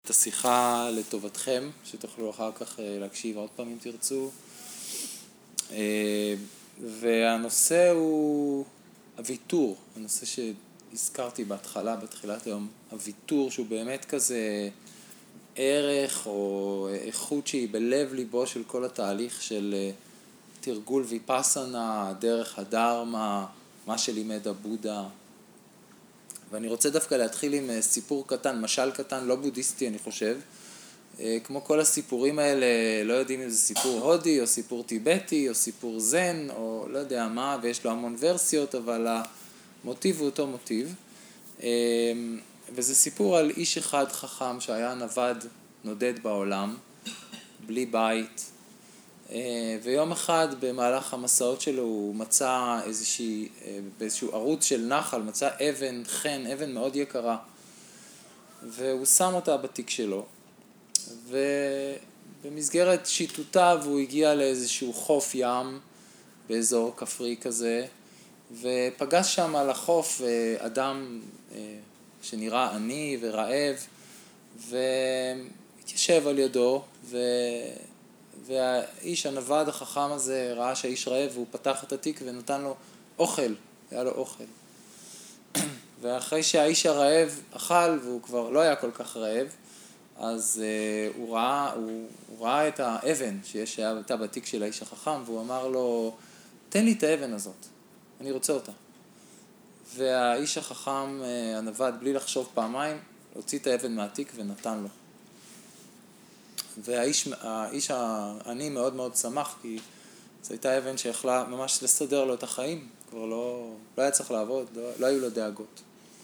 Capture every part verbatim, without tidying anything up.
את השיחה לטובתכם, שתוכלו אחר כך להקשיב עוד פעם אם תרצו. והנושא הוא הוויתור, הנושא שהזכרתי בהתחלה, בתחילת היום, הוויתור שהוא באמת כזה ערך או איכות שהיא בלב ליבו של כל התהליך של תרגול ויפאסנה, דרך הדרמה, מה שלימד הבודה. ואני רוצה דווקא להתחיל עם סיפור קטן, משל קטן, לא בודהיסטי אני חושב. כמו כל הסיפורים האלה, לא יודעים אם זה סיפור הודי או סיפור טיבטי או סיפור זן או לא יודע מה, ויש לו המון ורסיות, אבל המוטיב הוא אותו מוטיב. וזה סיפור על איש אחד חכם שהיה נווד נודד בעולם, בלי בית. ויום אחד במהלך המסעות שלו הוא מצא איזושהי, באיזשהו ערוץ של נחל, מצא אבן, חן, אבן מאוד יקרה. והוא שם אותה בתיק שלו. ובמסגרת שיטותיו הוא הגיע לאיזשהו חוף ים באזור כפרי כזה, ופגש שם על החוף אדם שנראה עני ורעב, והתיישב על ידו, ו... והאיש הנווד החכם הזה ראה שהאיש רעב, והוא פתח את התיק ונתן לו אוכל, היה לו אוכל. ואחרי שהאיש הרעב אכל, והוא כבר לא היה כל כך רעב, אז uh, הוא, ראה, הוא, הוא ראה את האבן שיש הייתה בתיק של האיש החכם, והוא אמר לו, תן לי את האבן הזאת, אני רוצה אותה. והאיש החכם, uh, הנווד, בלי לחשוב פעמיים, הוציא את האבן מהתיק ונתן לו. והאיש האיש העני מאוד מאוד שמח, כי זו הייתה אבן שיכלה ממש לסדר לו את החיים, כבר לא, לא היה צריך לעבוד, לא, לא היו לו דאגות.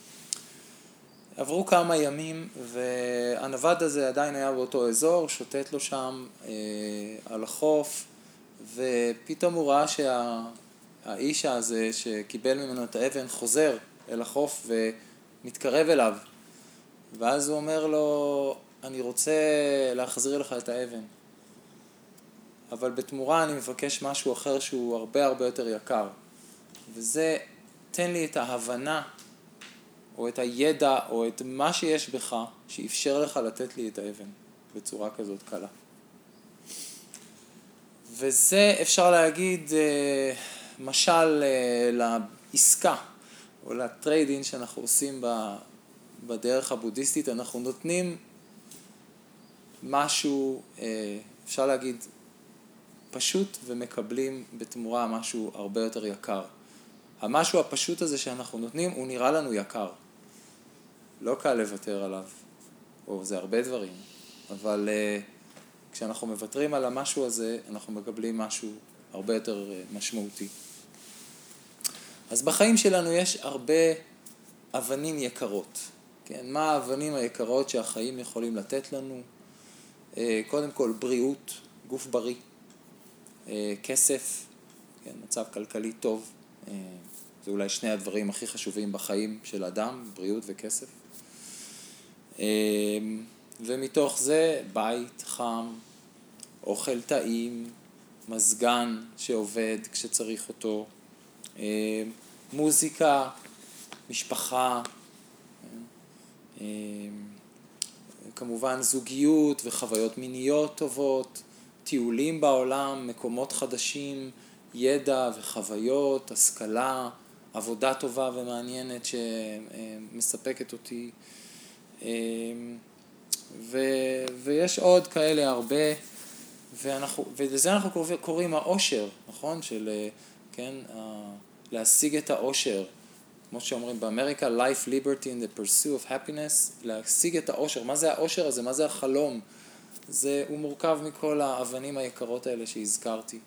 עברו כמה ימים, והנווד הזה עדיין היה באותו אזור, שוטט לו שם אה, על החוף, ופתאום הוא ראה שהאיש הזה שקיבל ממנו את האבן חוזר אל החוף ומתקרב אליו. ואז הוא אומר לו, אני רוצה להחזיר לך את האבן, אבל בתמורה אני מבקש משהו אחר שהוא הרבה הרבה יותר יקר. וזה, תן לי את ההבנה, או את הידע, או את מה שיש בך, שאפשר לך לתת לי את האבן, בצורה כזאת קלה. וזה אפשר להגיד, משל לעסקה, או לטריידין שאנחנו עושים בדרך הבודהיסטית, אנחנו נותנים משהו, אפשר להגיד, פשוט ומקבלים בתמורה משהו הרבה יותר יקר. המשהו הפשוט הזה שאנחנו נותנים, הוא נראה לנו יקר. לא קל לוותר עליו, או זה הרבה דברים, אבל uh, כשאנחנו מוותרים על המשהו הזה, אנחנו מקבלים משהו הרבה יותר uh, משמעותי. אז בחיים שלנו יש הרבה אבנים יקרות. כן? מה האבנים היקרות שהחיים יכולים לתת לנו? Uh, קודם כל, בריאות, גוף בריא, uh, כסף, כן? מצב כלכלי טוב, uh, זה אולי שני הדברים הכי חשובים בחיים של אדם, בריאות וכסף. ומתוך זה בית חם, אוכל טעים, מזגן שעובד כשצריך אותו, מוזיקה, משפחה, כמובן זוגיות וחוויות מיניות טובות, טיולים בעולם, מקומות חדשים, ידע וחוויות, השכלה, עבודה טובה ומעניינת שמספקת אותי. ו, ויש עוד כאלה הרבה, ואנחנו, ולזה אנחנו קוראים האושר, נכון? של, כן, להשיג את האושר, כמו שאומרים באמריקה, life, liberty and the pursuit of happiness, להשיג את האושר. מה זה האושר הזה? מה זה החלום? זה, הוא מורכב מכל האבנים היקרות האלה שהזכרתי.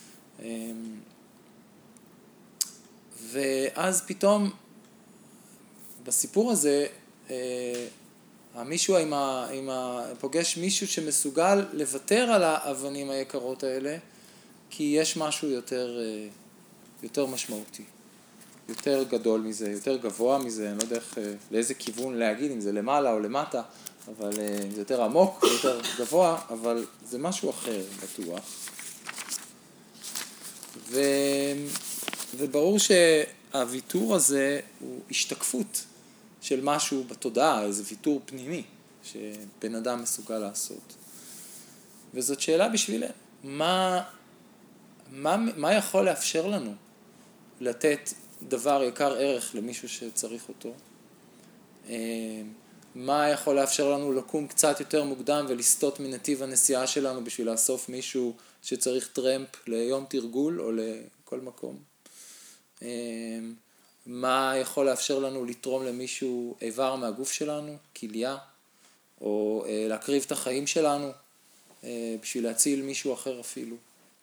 ואז פתאום, בסיפור הזה, מישהו עם ה, עם ה, פוגש מישהו שמסוגל לוותר על האבנים היקרות האלה, כי יש משהו יותר, יותר משמעותי, יותר גדול מזה, יותר גבוה מזה, אני לא יודע איך, לאיזה כיוון להגיד, אם זה למעלה או למטה, אבל זה יותר עמוק, יותר גבוה, אבל זה משהו אחר, בטוח. ו, וברור שהוויתור הזה הוא השתקפות של משהו בתודעה, איזה ויתור פנימי. שבן אדם מסוגל לעשות. וזאת שאלה בשבילנו, מה, מה, מה יכול לאפשר לנו לתת דבר יקר ערך למישהו שצריך אותו? מה יכול לאפשר לנו לקום קצת יותר מוקדם ולסטות מנתיב הנסיעה שלנו בשביל לאסוף מישהו שצריך טרמפ ליום תרגול או לכל מקום? מה יכול לאפשר לנו לתרום למישהו איבר מהגוף שלנו, כליה, או להקריב את החיים שלנו בשביל להציל מישהו אחר אפילו?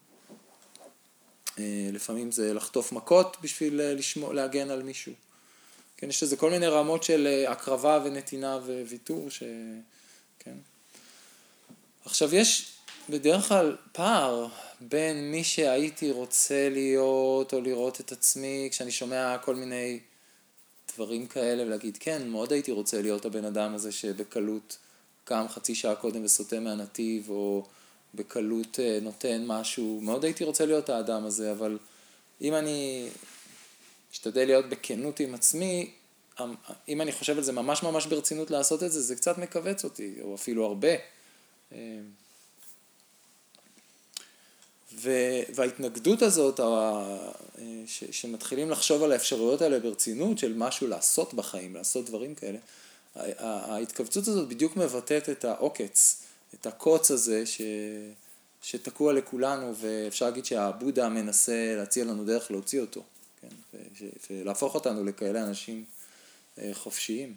לפעמים זה לחטוף מכות בשביל לשמור, להגן על מישהו. כן, יש לזה כל מיני רמות של הקרבה ונתינה וויתור, ש... כן. עכשיו יש בדרך כלל פער בין מי שהייתי רוצה להיות או לראות את עצמי, כשאני שומע כל מיני דברים כאלה ולהגיד, כן, מאוד הייתי רוצה להיות הבן אדם הזה שבקלות קם חצי שעה קודם וסוטה מהנתיב, או בקלות נותן משהו, מאוד הייתי רוצה להיות האדם הזה, אבל אם אני אשתדל להיות בכנות עם עצמי, אם אני חושב על זה ממש ממש ברצינות לעשות את זה, זה קצת מקווץ אותי, או אפילו הרבה. וההתנגדות הזאת, שמתחילים לחשוב על האפשרויות האלה ברצינות, של משהו לעשות בחיים, לעשות דברים כאלה, ההתכווצות הזאת בדיוק מבטאת את העוקץ, את הקוץ הזה ש... שתקוע לכולנו, ואפשר להגיד שהבודה מנסה להציע לנו דרך להוציא אותו, כן? ולהפוך אותנו לכאלה אנשים חופשיים.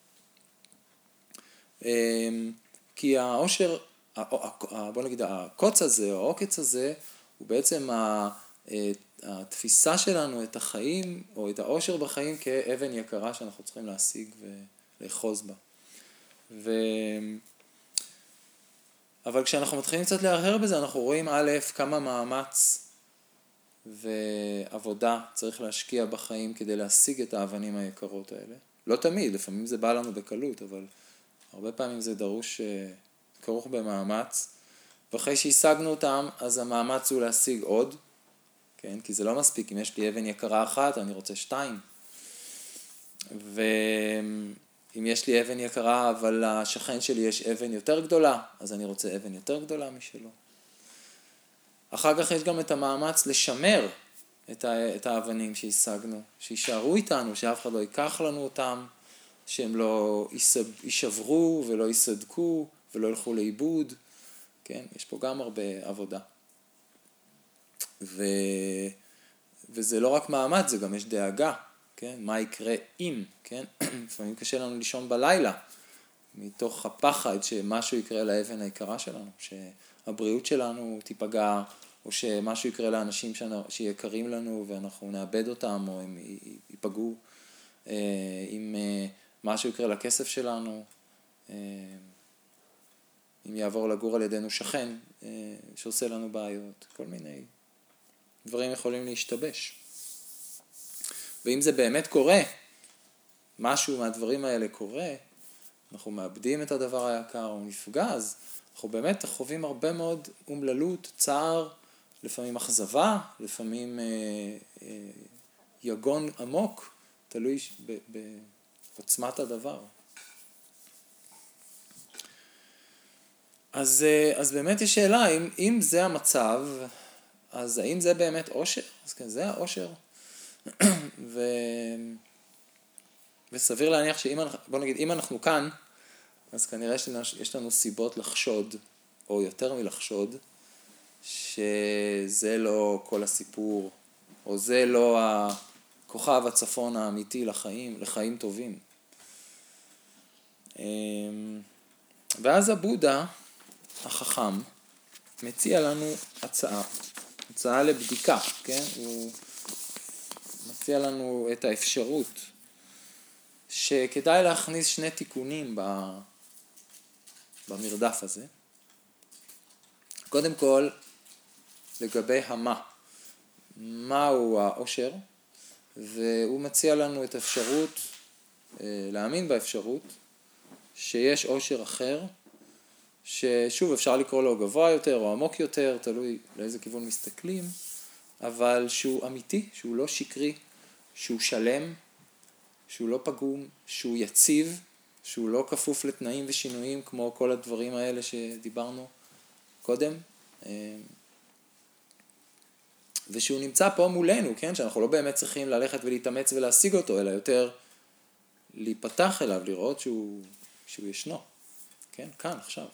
כי העושר, בוא נגיד, הקוץ הזה, או העוקץ הזה, הוא בעצם התפיסה שלנו את החיים, או את העושר בחיים, כאבן יקרה שאנחנו צריכים להשיג ולאחוז בה. ו... אבל כשאנחנו מתחילים קצת להרהר בזה, אנחנו רואים א', כמה מאמץ ועבודה צריך להשקיע בחיים כדי להשיג את האבנים היקרות האלה. לא תמיד, לפעמים זה בא לנו בקלות, אבל הרבה פעמים זה דרוש כרוך במאמץ. ואחרי שהשגנו אותם, אז המאמץ הוא להשיג עוד, כן? כי זה לא מספיק, אם יש לי אבן יקרה אחת, אני רוצה שתיים. ואם יש לי אבן יקרה, אבל לשכן שלי יש אבן יותר גדולה, אז אני רוצה אבן יותר גדולה משלו. אחר כך יש גם את המאמץ לשמר את, ה, את האבנים שהשגנו, שישארו איתנו, שאף אחד לא ייקח לנו אותם, שהם לא יישברו ולא ייסדקו ולא ילכו לאיבוד. כן, יש פה גם הרבה עבודה. ו... וזה לא רק מאמץ, זה גם יש דאגה, כן? מה יקרה אם, כן? לפעמים קשה לנו לישון בלילה, מתוך הפחד שמשהו יקרה לאבן היקרה שלנו, שהבריאות שלנו תיפגע, או שמשהו יקרה לאנשים שיקרים לנו ואנחנו נאבד אותם, או הם ייפגעו, אם משהו יקרה לכסף שלנו, אם יעבור לגור על ידינו שכן שעושה לנו בעיות, כל מיני דברים יכולים להשתבש. ואם זה באמת קורה, משהו מהדברים האלה קורה, אנחנו מאבדים את הדבר היקר, הוא נפגע, אז אנחנו באמת חווים הרבה מאוד אומללות, צער, לפעמים אכזבה, לפעמים אה, אה, יגון עמוק, תלוי בעוצמת הדבר. אז, אז באמת יש שאלה, אם, אם זה המצב, אז האם זה באמת עושר? אז כן, זה העושר. ו... וסביר להניח שאם, בוא נגיד, אם אנחנו כאן, אז כנראה שיש לנו סיבות לחשוד, או יותר מלחשוד, שזה לא כל הסיפור, או זה לא הכוכב הצפון האמיתי לחיים, לחיים טובים. ואז הבודה, החכם, מציע לנו הצעה, הצעה לבדיקה, כן? הוא מציע לנו את האפשרות שכדאי להכניס שני תיקונים במרדף הזה. קודם כל, לגבי המה, מהו העושר, והוא מציע לנו את האפשרות, להאמין באפשרות, שיש עושר אחר, ששוב אפשר לקרוא לו גבוה יותר או עמוק יותר, תלוי לאיזה כיוון מסתכלים, אבל שהוא אמיתי, שהוא לא שקרי, שהוא שלם, שהוא לא פגום, שהוא יציב, שהוא לא כפוף לתנאים ושינויים כמו כל הדברים האלה שדיברנו קודם, ושהוא נמצא פה מולנו, כן? שאנחנו לא באמת צריכים ללכת ולהתאמץ ולהשיג אותו, אלא יותר להיפתח אליו, לראות שהוא, שהוא ישנו, כן? כאן, עכשיו.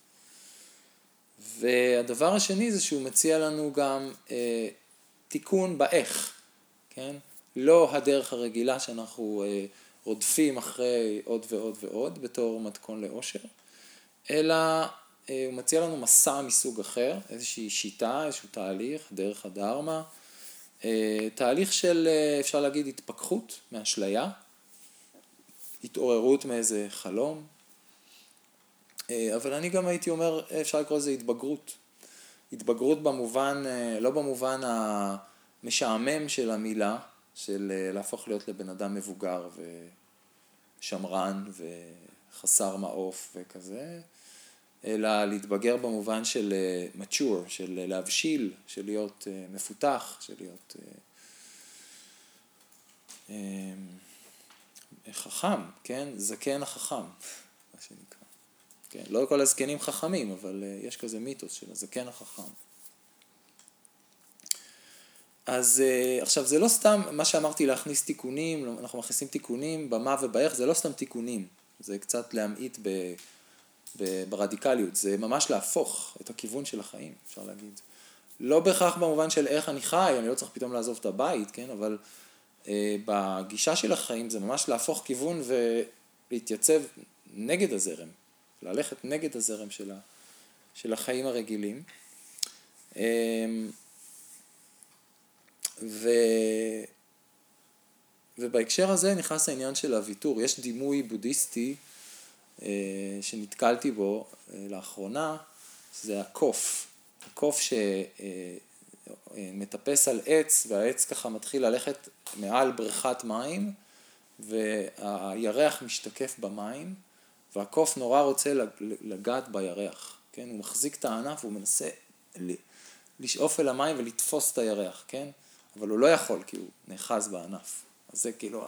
והדבר השני זה שהוא מציע לנו גם אה, תיקון באיך, כן? לא הדרך הרגילה שאנחנו אה, רודפים אחרי עוד ועוד ועוד בתור מתכון לאושר, אלא אה, הוא מציע לנו מסע מסוג אחר, איזושהי שיטה, איזשהו תהליך, דרך הדרמה, אה, תהליך של, אה, אפשר להגיד, התפכחות מאשליה, התעוררות מאיזה חלום, אבל אני גם הייתי אומר, אפשר לקרוא לזה התבגרות. התבגרות במובן, לא במובן המשעמם של המילה, של להפוך להיות לבן אדם מבוגר ושמרן וחסר מעוף וכזה, אלא להתבגר במובן של mature, של להבשיל, של להיות מפותח, של להיות חכם, כן? זקן החכם, מה שנקרא. כן, לא כל הזקנים חכמים, אבל uh, יש כזה מיתוס של הזקן החכם. אז uh, עכשיו זה לא סתם מה שאמרתי להכניס תיקונים, אנחנו מכניסים תיקונים במה ובאיך, זה לא סתם תיקונים, זה קצת להמעיט ב, ב, ברדיקליות, זה ממש להפוך את הכיוון של החיים, אפשר להגיד. לא בהכרח במובן של איך אני חי, אני לא צריך פתאום לעזוב את הבית, כן, אבל uh, בגישה של החיים זה ממש להפוך כיוון ולהתייצב נגד הזרם. ללכת נגד הזרם של, ה, של החיים הרגילים. ו, ובהקשר הזה נכנס העניין של הוויתור. יש דימוי בודהיסטי שנתקלתי בו לאחרונה, זה הקוף. הקוף שמטפס על עץ, והעץ ככה מתחיל ללכת מעל בריכת מים, והירח משתקף במים, והקוף נורא רוצה לגעת בירח, כן? הוא מחזיק את הענף והוא מנסה לשאוף אל המים ולתפוס את הירח, כן? אבל הוא לא יכול כי הוא נחז בענף. אז זה כאילו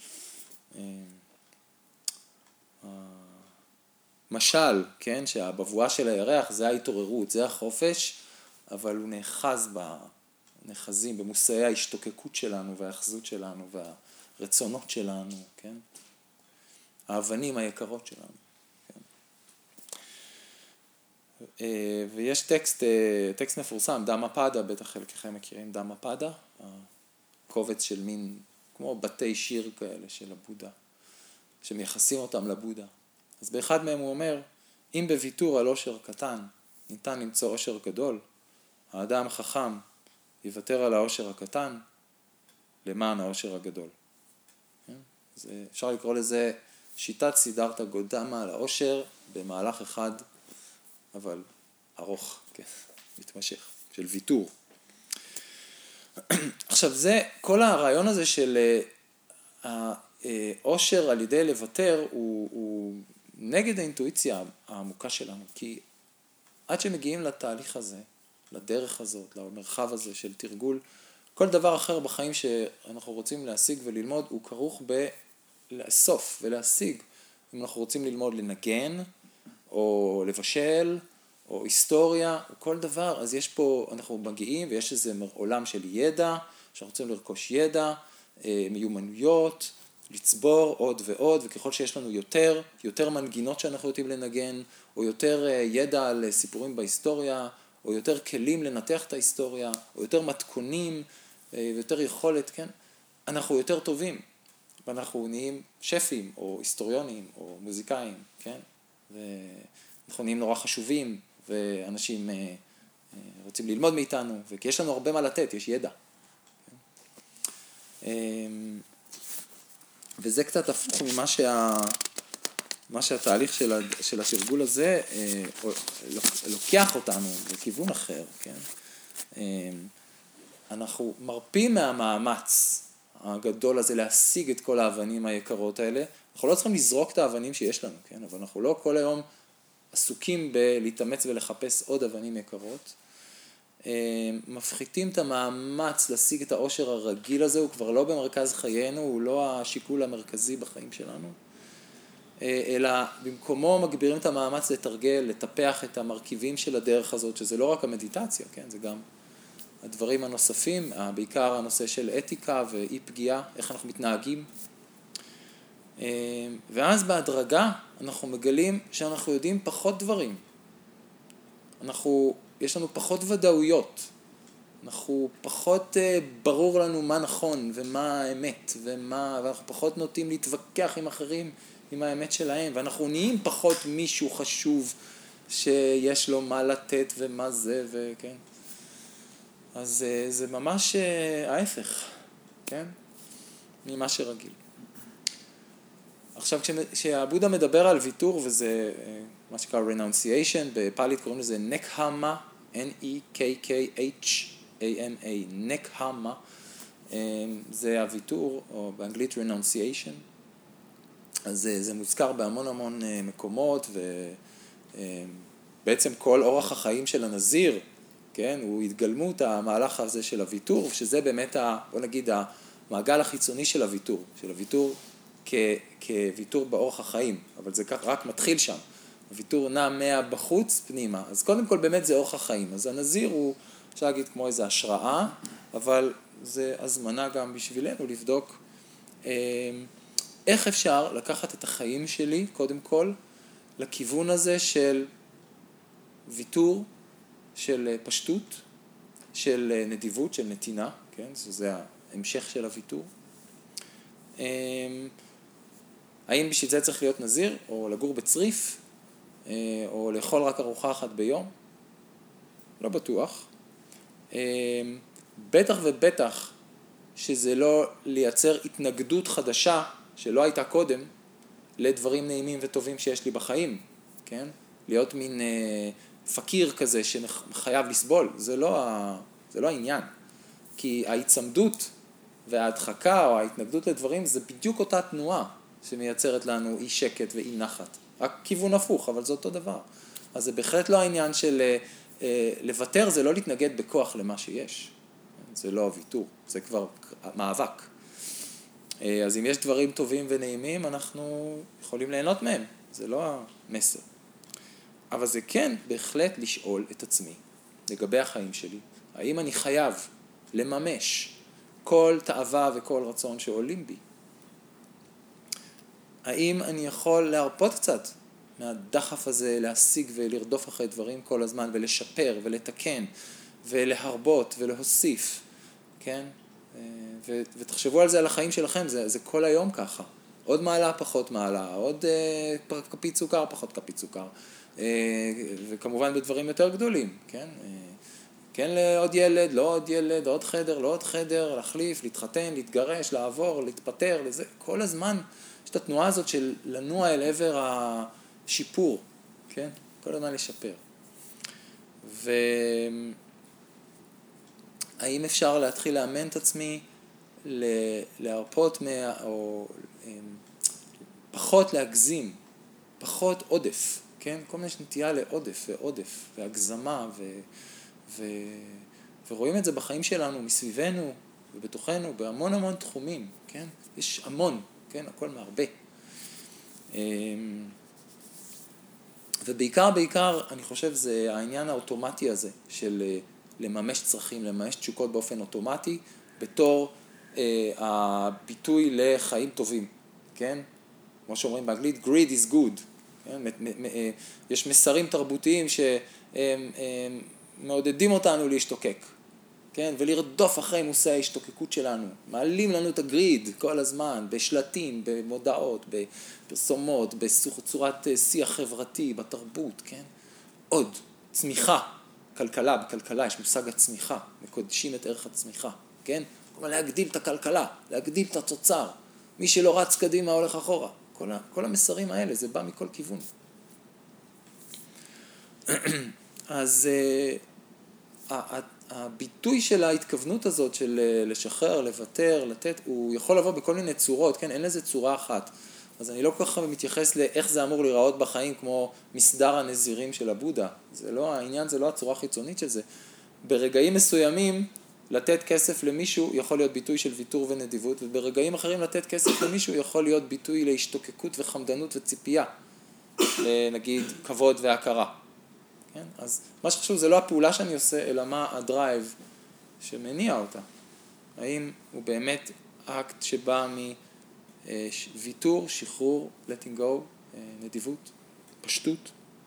המשל, כן? שהבבואה של הירח זה ההתעוררות, זה החופש, אבל הוא נחז בנחזים, במושאי ההשתוקקות שלנו והאחזות שלנו והרצונות שלנו, כן? האבנים היקרות שלנו. כן. ויש טקסט, טקסט מפורסם, דמה פדה, בטח חלקכם מכירים דמה פדה, קובץ של מין, כמו בתי שיר כאלה של הבודה, שמייחסים אותם לבודה. אז באחד מהם הוא אומר, אם בוויתור על עושר קטן ניתן למצוא עושר גדול, האדם החכם יוותר על העושר הקטן למען העושר הגדול. כן? אז אפשר לקרוא לזה שיטת סידרתא גודמה על העושר במהלך אחד, אבל ארוך, כן, מתמשך, של ויתור. עכשיו זה, כל הרעיון הזה של העושר על ידי לוותר, הוא, הוא נגד האינטואיציה העמוקה שלנו, כי עד שמגיעים לתהליך הזה, לדרך הזאת, למרחב הזה של תרגול, כל דבר אחר בחיים שאנחנו רוצים להשיג וללמוד, הוא כרוך ב... לאסוף ולהשיג. אם אנחנו רוצים ללמוד לנגן, או לבשל, או היסטוריה, או כל דבר, אז יש פה, אנחנו מגיעים ויש איזה עולם של ידע, שאנחנו רוצים לרכוש ידע, מיומנויות, לצבור עוד ועוד, וככל שיש לנו יותר, יותר מנגינות שאנחנו יודעים לנגן, או יותר ידע על סיפורים בהיסטוריה, או יותר כלים לנתח את ההיסטוריה, או יותר מתכונים, ויותר יכולת, כן? אנחנו יותר טובים. ואנחנו נהיים שפים, או היסטוריונים, או מוזיקאים, כן? ואנחנו נהיים נורא חשובים, ואנשים רוצים ללמוד מאיתנו, וכי יש לנו הרבה מה לתת, יש ידע. וזה קצת הפוך ממה שה... מה שהתהליך של, ה... של התרגול הזה לוקח אותנו לכיוון אחר, כן? אנחנו מרפים מהמאמץ הגדול הזה להשיג את כל האבנים היקרות האלה. אנחנו לא צריכים לזרוק את האבנים שיש לנו, כן? אבל אנחנו לא כל היום עסוקים בלהתאמץ ולחפש עוד אבנים יקרות. מפחיתים את המאמץ להשיג את העושר הרגיל הזה, הוא כבר לא במרכז חיינו, הוא לא השיקול המרכזי בחיים שלנו. אלא במקומו מגבירים את המאמץ לתרגל, לטפח את המרכיבים של הדרך הזאת, שזה לא רק המדיטציה, כן? זה גם הדברים הנוספים, בעיקר הנושא של אתיקה ואי פגיעה, איך אנחנו מתנהגים. ואז בהדרגה אנחנו מגלים שאנחנו יודעים פחות דברים. אנחנו, יש לנו פחות ודאויות. אנחנו פחות ברור לנו מה נכון ומה האמת, ומה, ואנחנו פחות נוטים להתווכח עם אחרים עם האמת שלהם, ואנחנו נהיים פחות מישהו חשוב שיש לו מה לתת ומה זה, וכן. אז זה ממש ההפך, כן? ממה שרגיל. עכשיו, כשהבודה מדבר על ויתור, וזה מה שקרה renunciation, בפאלית קוראים לזה נקהמה, N-E-K-K-H-A-M-A, נקהמה, זה הוויתור, או באנגלית renunciation. אז זה, זה מוזכר בהמון המון מקומות, ובעצם כל אורח החיים של הנזיר, כן, הוא התגלמות המהלך הזה של הוויתור, שזה באמת, ה, בוא נגיד, המעגל החיצוני של הוויתור, של הוויתור כ, כוויתור באורח החיים, אבל זה רק מתחיל שם. הוויתור נע מהבחוץ פנימה, אז קודם כל באמת זה אורח החיים. אז הנזיר הוא, אפשר להגיד, כמו איזו השראה, אבל זה הזמנה גם בשבילנו לבדוק איך אפשר לקחת את החיים שלי, קודם כל, לכיוון הזה של ויתור, של פשטות, של נדיבות, של נתינה, כן? זה ההמשך של הוויתור. האם בשביל זה צריך להיות נזיר, או לגור בצריף, או לאכול רק ארוחה אחת ביום? לא בטוח. בטח ובטח שזה לא לייצר התנגדות חדשה, שלא הייתה קודם, לדברים נעימים וטובים שיש לי בחיים, כן? להיות מין אה, פקיר כזה שחייב לסבול, זה לא, ה, זה לא העניין. כי ההצמדות וההדחקה או ההתנגדות לדברים זה בדיוק אותה תנועה שמייצרת לנו אי שקט ואי נחת. רק כיוון הפוך, אבל זה אותו דבר. אז זה בהחלט לא העניין של אה, אה, לוותר, זה לא להתנגד בכוח למה שיש. זה לא הוויתור, זה כבר מאבק. אז אם יש דברים טובים ונעימים, אנחנו יכולים ליהנות מהם. זה לא המסר. אבל זה כן בהחלט לשאול את עצמי, לגבי החיים שלי, האם אני חייב לממש כל תאווה וכל רצון שעולים בי? האם אני יכול להרפות קצת מהדחף הזה, להשיג ולרדוף אחרי דברים כל הזמן, ולשפר ולתקן ולהרבות ולהוסיף, כן? ותחשבו על זה, על החיים שלכם, זה, זה כל היום ככה. עוד מעלה, פחות מעלה, עוד אה, כפית סוכר, פחות כפית סוכר. אה, וכמובן בדברים יותר גדולים, כן? אה, כן לעוד ילד, לא עוד ילד, עוד חדר, לא עוד חדר, להחליף, להתחתן, להתגרש, לעבור, להתפטר, לזה. כל הזמן יש את התנועה הזאת של לנוע אל עבר השיפור, כן? כל הזמן לשפר. ו... האם אפשר להתחיל לאמן את עצמי להרפות מה, או פחות להגזים, פחות עודף, כן? כל מיני נטייה לעודף ועודף והגזמה, ו, ו, ורואים את זה בחיים שלנו, מסביבנו ובתוכנו, בהמון המון תחומים, כן? יש המון, כן? הכל מהרבה. ובעיקר, בעיקר, אני חושב, זה העניין האוטומטי הזה של לממש צרכים, לממש תשוקות באופן אוטומטי, בתור אה, הביטוי לחיים טובים, כן? כמו שאומרים באנגלית, greed is good. כן? יש מסרים תרבותיים שמעודדים אותנו להשתוקק, כן? ולרדוף אחרי מושאי ההשתוקקות שלנו. מעלים לנו את הגריד כל הזמן, בשלטים, במודעות, בפרסומות, בצורת שיח חברתי, בתרבות, כן? עוד, צמיחה. כלכלה, בכלכלה יש מושג הצמיחה, מקודשים את ערך הצמיחה, כן? כלומר להגדיל את הכלכלה, להגדיל את התוצר. מי שלא רץ קדימה הולך אחורה. כל, ה, כל המסרים האלה, זה בא מכל כיוון. אז uh, הביטוי של ההתכוונות הזאת של לשחרר, לוותר, לתת, הוא יכול לבוא בכל מיני צורות, כן? אין לזה צורה אחת. אז אני לא כל כך מתייחס לאיך זה אמור להיראות בחיים כמו מסדר הנזירים של הבודה. זה לא, העניין זה לא הצורה החיצונית של זה. ברגעים מסוימים, לתת כסף למישהו יכול להיות ביטוי של ויתור ונדיבות, וברגעים אחרים לתת כסף למישהו יכול להיות ביטוי להשתוקקות וחמדנות וציפייה, נגיד כבוד והכרה. כן? אז מה שחשוב זה לא הפעולה שאני עושה, אלא מה הדרייב שמניע אותה. האם הוא באמת אקט שבא מוויתור, שחרור, letting go, נדיבות, פשטות.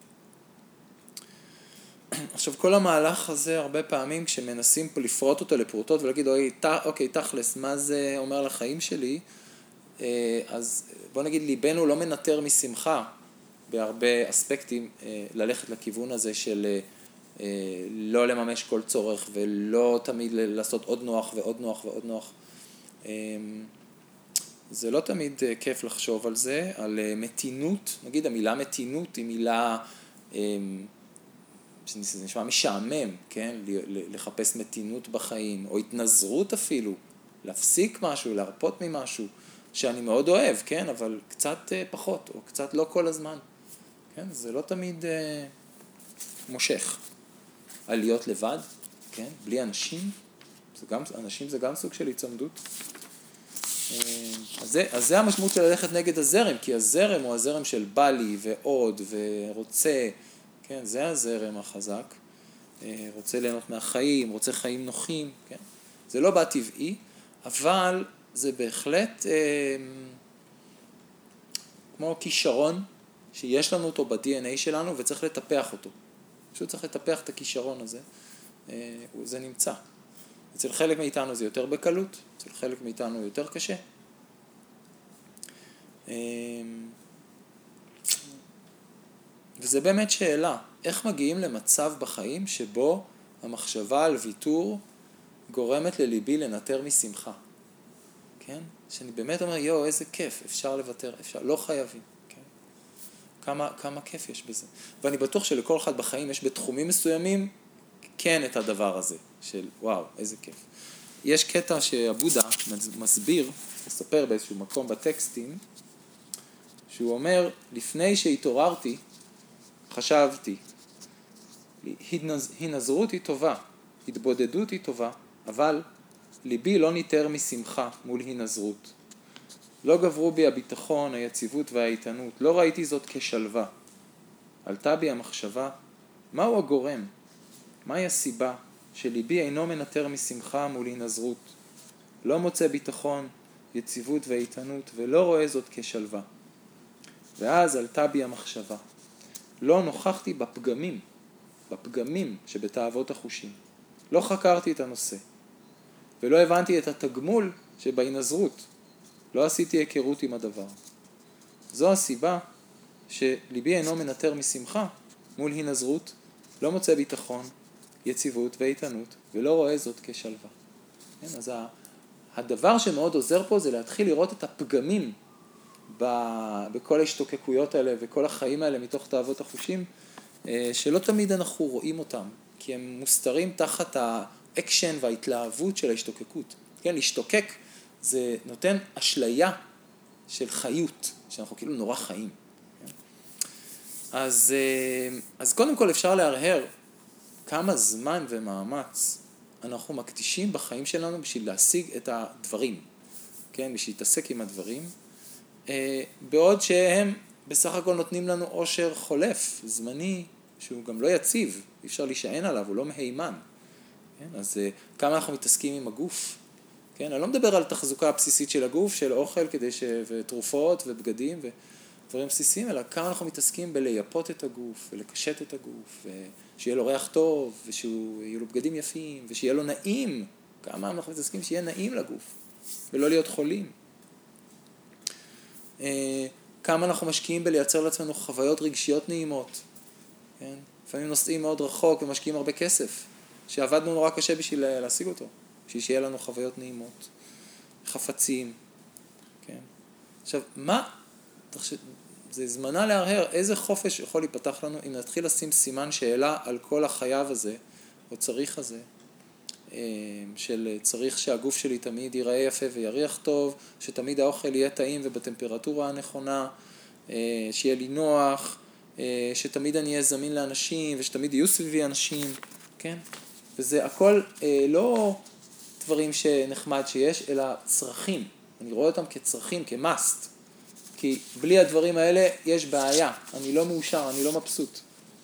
עכשיו, כל המהלך הזה, הרבה פעמים, כשמנסים פה לפרוט אותו לפרוטות ולהגיד, אוקיי, תכלס, מה זה אומר לחיים שלי? אז בוא נגיד, ליבנו לא מנטר משמחה בהרבה אספקטים ללכת לכיוון הזה של לא לממש כל צורך ולא תמיד לעשות עוד נוח ועוד נוח ועוד נוח. זה לא תמיד כיף לחשוב על זה, על מתינות. נגיד, המילה מתינות היא מילה שזה נשמע משעמם, כן? לחפש מתינות בחיים, או התנזרות אפילו, להפסיק משהו, להרפות ממשהו, שאני מאוד אוהב, כן? אבל קצת פחות, או קצת לא כל הזמן. כן? זה לא תמיד אה, מושך. על להיות לבד, כן? בלי אנשים, זה גם, אנשים זה גם סוג של הצמדות. אה, אז, זה, אז זה המשמעות של ללכת נגד הזרם, כי הזרם הוא הזרם של בא לי ועוד ורוצה, כן? זה הזרם החזק. אה, רוצה ליהנות מהחיים, רוצה חיים נוחים, כן? זה לא בא טבעי, אבל זה בהחלט אה, כמו כישרון, שיש לנו אותו ב-די אן איי שלנו וצריך לטפח אותו. פשוט צריך לטפח את הכישרון הזה, זה נמצא. אצל חלק מאיתנו זה יותר בקלות, אצל חלק מאיתנו יותר קשה. וזה באמת שאלה, איך מגיעים למצב בחיים שבו המחשבה על ויתור גורמת לליבי לנטר משמחה? כן? שאני באמת אומר, יו, איזה כיף, אפשר לוותר, אפשר, לא חייבים. כמה, כמה כיף יש בזה. ואני בטוח שלכל אחד בחיים יש בתחומים מסוימים כן את הדבר הזה, של וואו, איזה כיף. יש קטע שהבודה מסביר, מספר באיזשהו מקום בטקסטים, שהוא אומר, לפני שהתעוררתי, חשבתי, הנזרות היא טובה, התבודדות היא טובה, אבל ליבי לא ניתר משמחה מול הנזרות. לא גברו בי הביטחון, היציבות והאיתנות, לא ראיתי זאת כשלווה. עלתה בי המחשבה, מהו הגורם? מהי הסיבה שליבי אינו מנטר משמחה מול הנזרות? לא מוצא ביטחון, יציבות ואיתנות, ולא רואה זאת כשלווה. ואז עלתה בי המחשבה, לא נוכחתי בפגמים, בפגמים שבתאוות החושים. לא חקרתי את הנושא, ולא הבנתי את התגמול שבהנזרות. לא עשיתי היכרות עם הדבר. זו הסיבה שליבי אינו מנטר משמחה מול הנזרות, לא מוצא ביטחון, יציבות ואיתנות, ולא רואה זאת כשלווה. כן, אז הדבר שמאוד עוזר פה זה להתחיל לראות את הפגמים בכל ההשתוקקויות האלה וכל החיים האלה מתוך תאוות החושים, שלא תמיד אנחנו רואים אותם, כי הם מוסתרים תחת האקשן וההתלהבות של ההשתוקקות. כן, להשתוקק זה נותן אשליה של חיות, שאנחנו כאילו נורא חיים. אז, אז קודם כל אפשר להרהר כמה זמן ומאמץ אנחנו מקדישים בחיים שלנו בשביל להשיג את הדברים, כן? בשביל להתעסק עם הדברים, בעוד שהם בסך הכל נותנים לנו עושר חולף, זמני, שהוא גם לא יציב, אי אפשר להישען עליו, הוא לא מהימן. כן? אז כמה אנחנו מתעסקים עם הגוף, כן? אני לא מדבר על תחזוקה הבסיסית של הגוף, של אוכל כדי ש... ותרופות ובגדים ודברים בסיסיים, אלא כמה אנחנו מתעסקים בלייפות את הגוף ולקשט את הגוף, ושיהיה לו ריח טוב, ושיהיו לו בגדים יפים, ושיהיה לו נעים. כמה אנחנו מתעסקים שיהיה נעים לגוף, ולא להיות חולים. כמה אנחנו משקיעים בלייצר לעצמנו חוויות רגשיות נעימות. כן? לפעמים נוסעים מאוד רחוק ומשקיעים הרבה כסף, שעבדנו נורא קשה בשביל להשיג אותו. בשביל שיהיה לנו חוויות נעימות, חפצים, כן? עכשיו, מה, זה זמנה להרהר, איזה חופש יכול להיפתח לנו אם נתחיל לשים סימן שאלה על כל החייב הזה, או צריך הזה, של צריך שהגוף שלי תמיד ייראה יפה ויריח טוב, שתמיד האוכל יהיה טעים ובטמפרטורה הנכונה, שיהיה לי נוח, שתמיד אני אהיה זמין לאנשים, ושתמיד יהיו סביבי אנשים, כן? וזה הכל לא דברים שנחמד שיש, אלא צרכים. אני רואה אותם כצרכים, כמאסט. כי בלי הדברים האלה יש בעיה. אני לא מאושר, אני לא מבסוט.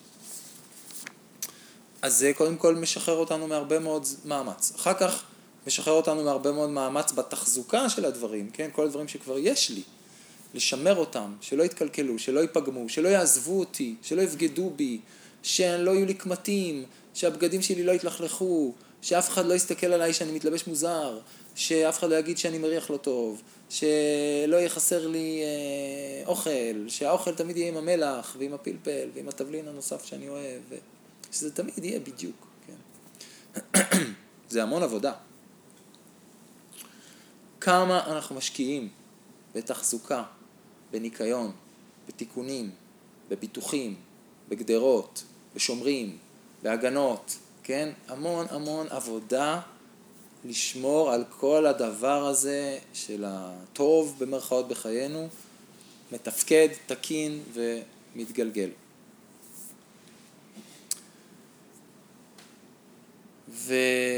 אז זה קודם כל משחרר אותנו מהרבה מאוד מאמץ. אחר כך משחרר אותנו מהרבה מאוד מאמץ בתחזוקה של הדברים, כן? כל הדברים שכבר יש לי. לשמר אותם, שלא יתקלקלו, שלא ייפגמו, שלא יעזבו אותי, שלא יבגדו בי, שלא יהיו לי קמטים, שהבגדים שלי לא יתלכלכו, שאף אחד לא יסתכל עליי שאני מתלבש מוזר, שאף אחד לא יגיד שאני מריח לא טוב, שלא יחסר לי אה, אוכל, שהאוכל תמיד יהיה עם המלח ועם הפלפל ועם התבלין הנוסף שאני אוהב, שזה תמיד יהיה בדיוק. כן? זה המון עבודה. כמה אנחנו משקיעים בתחזוקה, בניקיון, בתיקונים, בביטוחים, בגדרות, בשומרים, בהגנות, כן? המון המון עבודה לשמור על כל הדבר הזה של הטוב במרכאות בחיינו, מתפקד, תקין ומתגלגל. ו...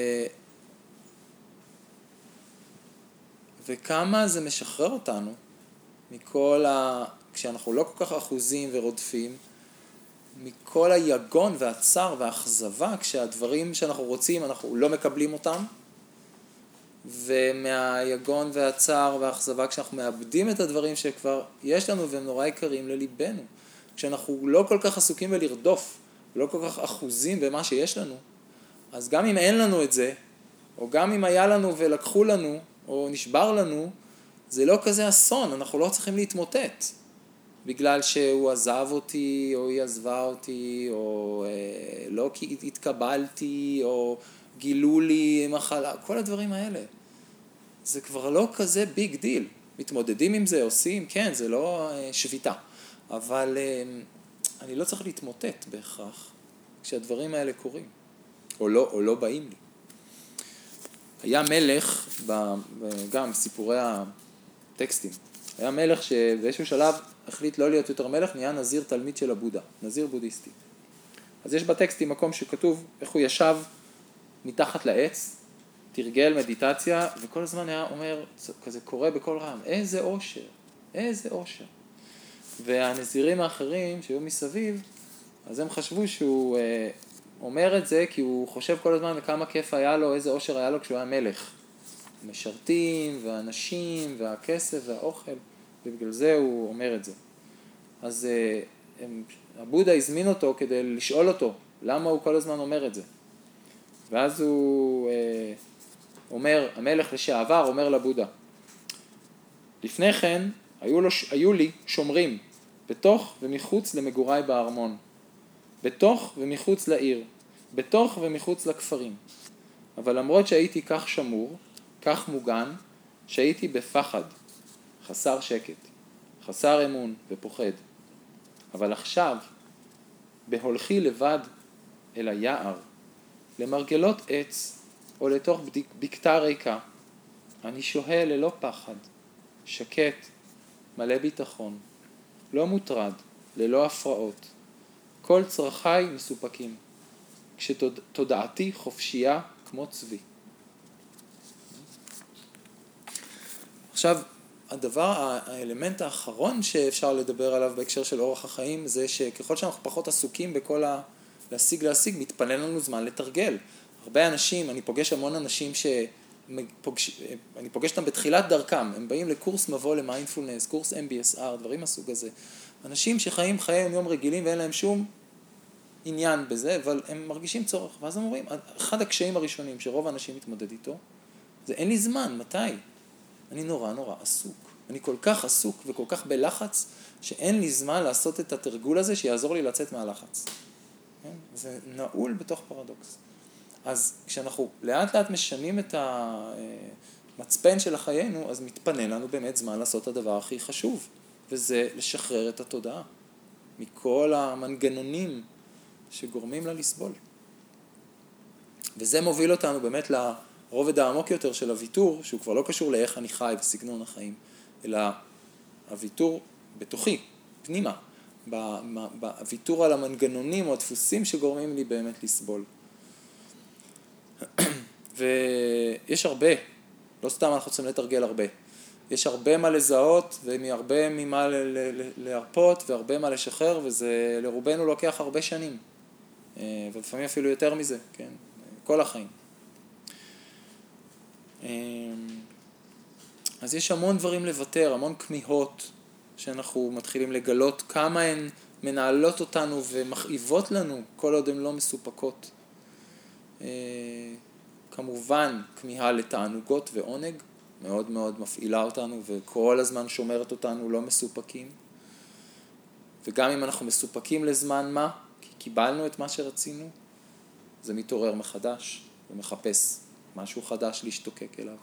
וכמה זה משחרר אותנו מכל ה... כשאנחנו לא כל כך אחוזים ורודפים, מכל היגון והצער והאכזבה, כשהדברים שאנחנו רוצים אנחנו לא מקבלים אותם, ומהיגון והצער והאכזבה כשאנחנו מאבדים את הדברים שכבר יש לנו והם נורא יקרים לליבנו. כשאנחנו לא כל כך עסוקים בלרדוף, לא כל כך אחוזים במה שיש לנו, אז גם אם אין לנו את זה, או גם אם היה לנו ולקחו לנו, או נשבר לנו, זה לא כזה אסון, אנחנו לא צריכים להתמוטט. בגלל שהוא עזב אותי, או היא עזבה אותי, או אה, לא כי התקבלתי, או גילו לי מחלה, כל הדברים האלה. זה כבר לא כזה ביג דיל. מתמודדים עם זה, עושים, כן, זה לא אה, שביתה. אבל אה, אני לא צריך להתמוטט בהכרח, כשהדברים האלה קורים, או לא, או לא באים לי. היה מלך, גם סיפורי הטקסטים, היה מלך שבאיזשהו שלב החליט לא להיות יותר מלך, נהיה נזיר תלמיד של הבודה, נזיר בודהיסטי. אז יש בטקסטים מקום שכתוב איך הוא ישב מתחת לעץ, תרגל מדיטציה, וכל הזמן היה אומר, כזה קורא בכל רם, איזה אושר, איזה אושר. והנזירים האחרים שהיו מסביב, אז הם חשבו שהוא אה, אומר את זה כי הוא חושב כל הזמן כמה כיף היה לו, איזה אושר היה לו כשהוא היה מלך. המשרתים והאנשים והכסף והאוכל, ובגלל זה הוא אומר את זה. אז אה, הם, הבודה הזמין אותו כדי לשאול אותו למה הוא כל הזמן אומר את זה. ואז הוא אה, אומר, המלך לשעבר אומר לבודה, לפני כן היו, לו, היו לי שומרים בתוך ומחוץ למגוריי בארמון, בתוך ומחוץ לעיר, בתוך ומחוץ לכפרים. אבל למרות שהייתי כך שמור, כך מוגן, שהייתי בפחד, חסר שקט, חסר אמון ופוחד. אבל עכשיו, בהולכי לבד אל היער, למרגלות עץ או לתוך בקתה ריקה, אני שוהה ללא פחד, שקט, מלא ביטחון, לא מוטרד, ללא הפרעות. כל צרכיי מסופקים, כשתודעתי חופשייה כמו צבי. עכשיו, הדבר, האלמנט האחרון שאפשר לדבר עליו בהקשר של אורח החיים, זה שככל שאנחנו פחות עסוקים בכל ה... להשיג להשיג, מתפנה לנו זמן לתרגל. הרבה אנשים, אני פוגש המון אנשים ש... פוגש, אני פוגש אותם בתחילת דרכם, הם באים לקורס מבוא למיינדפולנס, קורס אם בי אס אר, דברים מסוג הזה. אנשים שחיים חיי יום רגילים ואין להם שום עניין בזה, אבל הם מרגישים צורך. ואז הם אומרים, אחד הקשיים הראשונים שרוב האנשים מתמודד איתו, זה אין לי זמן, מתי? אני נורא נורא עסוק. אני כל כך עסוק וכל כך בלחץ, שאין לי זמן לעשות את התרגול הזה שיעזור לי לצאת מהלחץ. זה נעול בתוך פרדוקס. אז כשאנחנו לאט לאט משנים את המצפן של החיינו, אז מתפנה לנו באמת זמן לעשות את הדבר הכי חשוב, וזה לשחרר את התודעה מכל המנגנונים שגורמים לה לסבול. וזה מוביל אותנו באמת לרובד העמוק יותר של הוויתור, שהוא כבר לא קשור לאיך אני חי בסגנון החיים, אלא הוויתור בתוכי, פנימה, בוויתור על המנגנונים או הדפוסים שגורמים לי באמת לסבול. ויש הרבה, לא סתם אנחנו צריכים לתרגל הרבה. יש הרבה מה לזהות, והרבה ממה להרפות, והרבה מה לשחרר, וזה לרובנו לוקח הרבה שנים. ולפעמים אפילו יותר מזה, כן? כל החיים. אז יש המון דברים לוותר, המון כמיהות שאנחנו מתחילים לגלות, כמה הן מנהלות אותנו ומכאיבות לנו כל עוד הן לא מסופקות. כמובן, כמיהה לתענוגות ועונג, מאוד מאוד מפעילה אותנו וכל הזמן שומרת אותנו לא מסופקים. וגם אם אנחנו מסופקים לזמן מה, כי קיבלנו את מה שרצינו, זה מתעורר מחדש ומחפש משהו חדש להשתוקק אליו.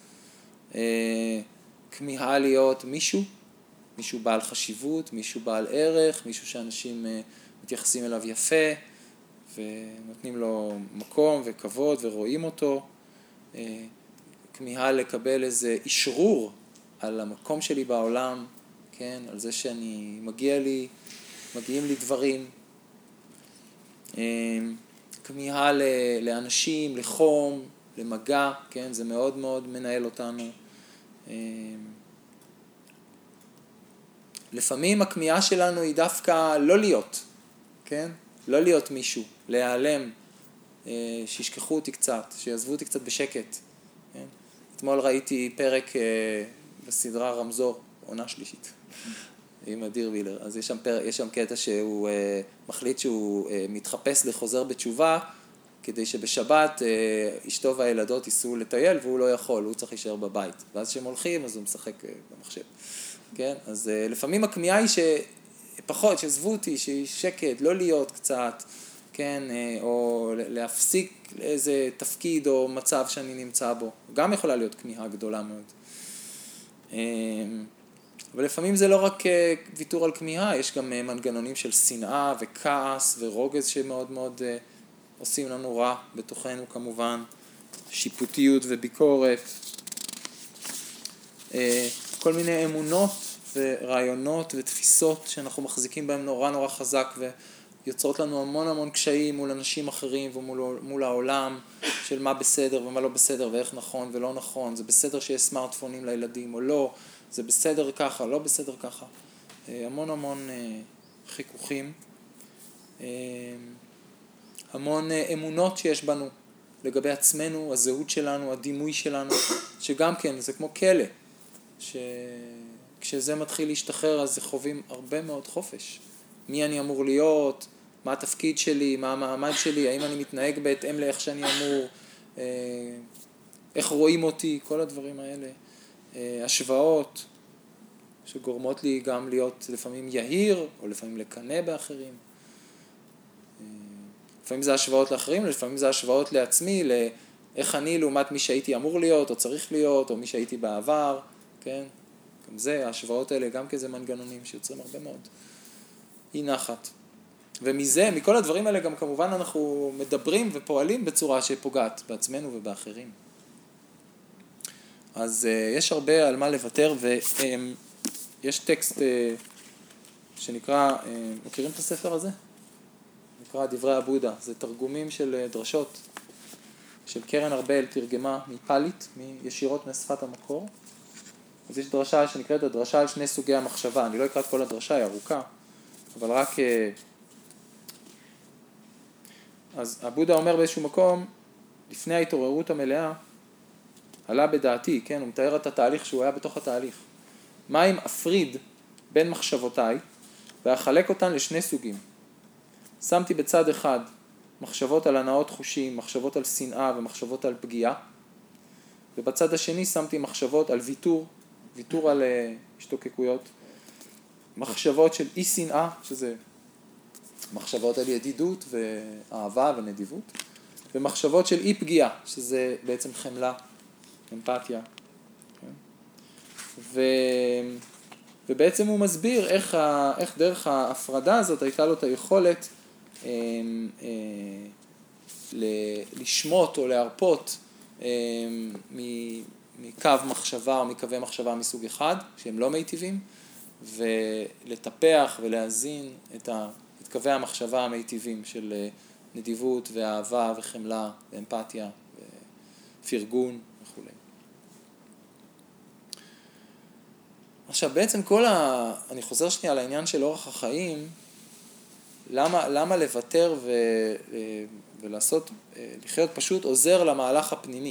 כמיהה להיות מישהו, מישהו בעל חשיבות, מישהו בעל ערך, מישהו שאנשים מתייחסים אליו יפה ונותנים לו מקום וכבוד ורואים אותו. כמיהה לקבל איזה אישרור על המקום שלי בעולם, כן? על זה שאני מגיע לי, מגיעים לי דברים. כמיהה לאנשים, לחום, למגע, כן? זה מאוד מאוד מנהל אותנו. לפעמים הכמיהה שלנו היא דווקא לא להיות, כן? לא להיות מישהו, להיעלם, שישכחו אותי קצת, שיעזבו אותי קצת בשקט. כן? אתמול ראיתי פרק בסדרה רמזור, עונה שלישית, עם אדיר וילר. אז יש שם, פר... יש שם קטע שהוא מחליט שהוא מתחפש לחוזר בתשובה, כדי שבשבת אשתו והילדות ייסעו לטייל, והוא לא יכול, הוא צריך להישאר בבית. ואז כשהם הולכים, אז הוא משחק במחשב. כן? אז לפעמים הכמיהה היא שפחות, שעזבו אותי, ששקט, לא להיות קצת, כן? או להפסיק איזה תפקיד או מצב שאני נמצא בו. גם יכולה להיות כמיהה גדולה מאוד. ולפעמים זה לא רק ויתור על כמיהה, יש גם מנגנונים של שנאה וכעס ורוגז שמאוד מאוד עושים לנו רע בתוכנו כמובן, שיפוטיות וביקורת, כל מיני אמונות ורעיונות ותפיסות שאנחנו מחזיקים בהם נורא נורא חזק ויוצרות לנו המון המון קשיים מול אנשים אחרים ומול מול העולם של מה בסדר ומה לא בסדר ואיך נכון ולא נכון, זה בסדר שיש סמארטפונים לילדים או לא, זה בסדר ככה, לא בסדר ככה, המון המון חיכוכים, המון אמונות שיש בנו לגבי עצמנו, הזהות שלנו, הדימוי שלנו, שגם כן זה כמו כלא, שכשזה מתחיל להשתחרר אז זה חווים הרבה מאוד חופש. מי אני אמור להיות, מה התפקיד שלי, מה המעמד שלי, האם אני מתנהג בהתאם לאיך שאני אמור, איך רואים אותי, כל הדברים האלה. השוואות שגורמות לי גם להיות לפעמים יהיר, או לפעמים לקנא באחרים. לפעמים זה השוואות לאחרים, לפעמים זה השוואות לעצמי, לאיך אני לעומת מי שהייתי אמור להיות, או צריך להיות, או מי שהייתי בעבר, כן? גם זה, ההשוואות האלה, גם כזה מנגנונים שיוצרים הרבה מאוד אי נחת. ומזה, מכל הדברים האלה, גם כמובן אנחנו מדברים ופועלים בצורה שפוגעת בעצמנו ובאחרים. אז uh, יש הרבה על מה לוותר, ויש um, טקסט uh, שנקרא, uh, מכירים את הספר הזה? נקרא דברי הבודה, זה תרגומים של דרשות, של קרן ארבל, תרגמה מפלית, ישירות משפת המקור. אז יש דרשה שנקראת הדרשה על שני סוגי המחשבה, אני לא אקרא את כל הדרשה, היא ארוכה, אבל רק... אז הבודה אומר באיזשהו מקום, לפני ההתעוררות המלאה, עלה בדעתי, כן, הוא מתאר את התהליך שהוא היה בתוך התהליך. מה אם אפריד בין מחשבותיי, ואחלק אותן לשני סוגים. שמתי בצד אחד מחשבות על הנאות חושים, מחשבות על שנאה ומחשבות על פגיעה, ובצד השני שמתי מחשבות על ויתור, ויתור על השתוקקויות, מחשבות של אי שנאה, שזה מחשבות על ידידות ואהבה ונדיבות, ומחשבות של אי פגיעה, שזה בעצם חמלה, אמפתיה. ו... ובעצם הוא מסביר איך, ה... איך דרך ההפרדה הזאת הייתה לו את היכולת אה, אה, לשמוט או להרפות אה, מקו מחשבה או מקווי מחשבה מסוג אחד, שהם לא מיטיבים, ולטפח ולהזין את, ה... את קווי המחשבה המיטיבים של נדיבות ואהבה וחמלה ואמפתיה פרגון וכו'. עכשיו בעצם כל ה... אני חוזר שנייה על העניין של אורח החיים, למה, למה לוותר ו... ולעשות, לחיות פשוט עוזר למהלך הפנימי.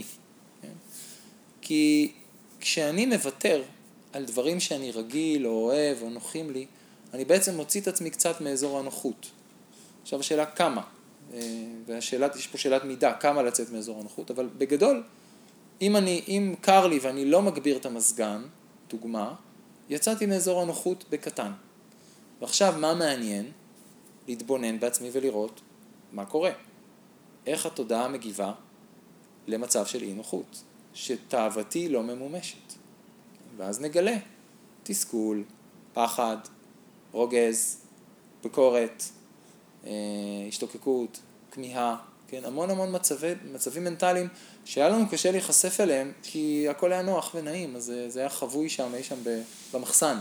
כי כשאני מוותר על דברים שאני רגיל או אוהב או נוחים לי, אני בעצם מוציא את עצמי קצת מאזור הנוחות. עכשיו השאלה כמה, והשאלה, יש פה שאלת מידה, כמה לצאת מאזור הנוחות, אבל בגדול, אם, אני, אם קר לי ואני לא מגביר את המזגן, דוגמה, יצאתי מאזור הנוחות בקטן. ועכשיו מה מעניין? להתבונן בעצמי ולראות מה קורה. איך התודעה מגיבה למצב של אי נוחות, שתאוותי לא ממומשת. ואז נגלה תסכול, פחד, רוגז, ביקורת, השתוקקות, כמיהה, כן? המון המון מצבי, מצבים מנטליים שהיה לנו קשה להיחשף אליהם, כי הכל היה נוח ונעים, אז זה, זה היה חבוי שם, אי שם במחסן.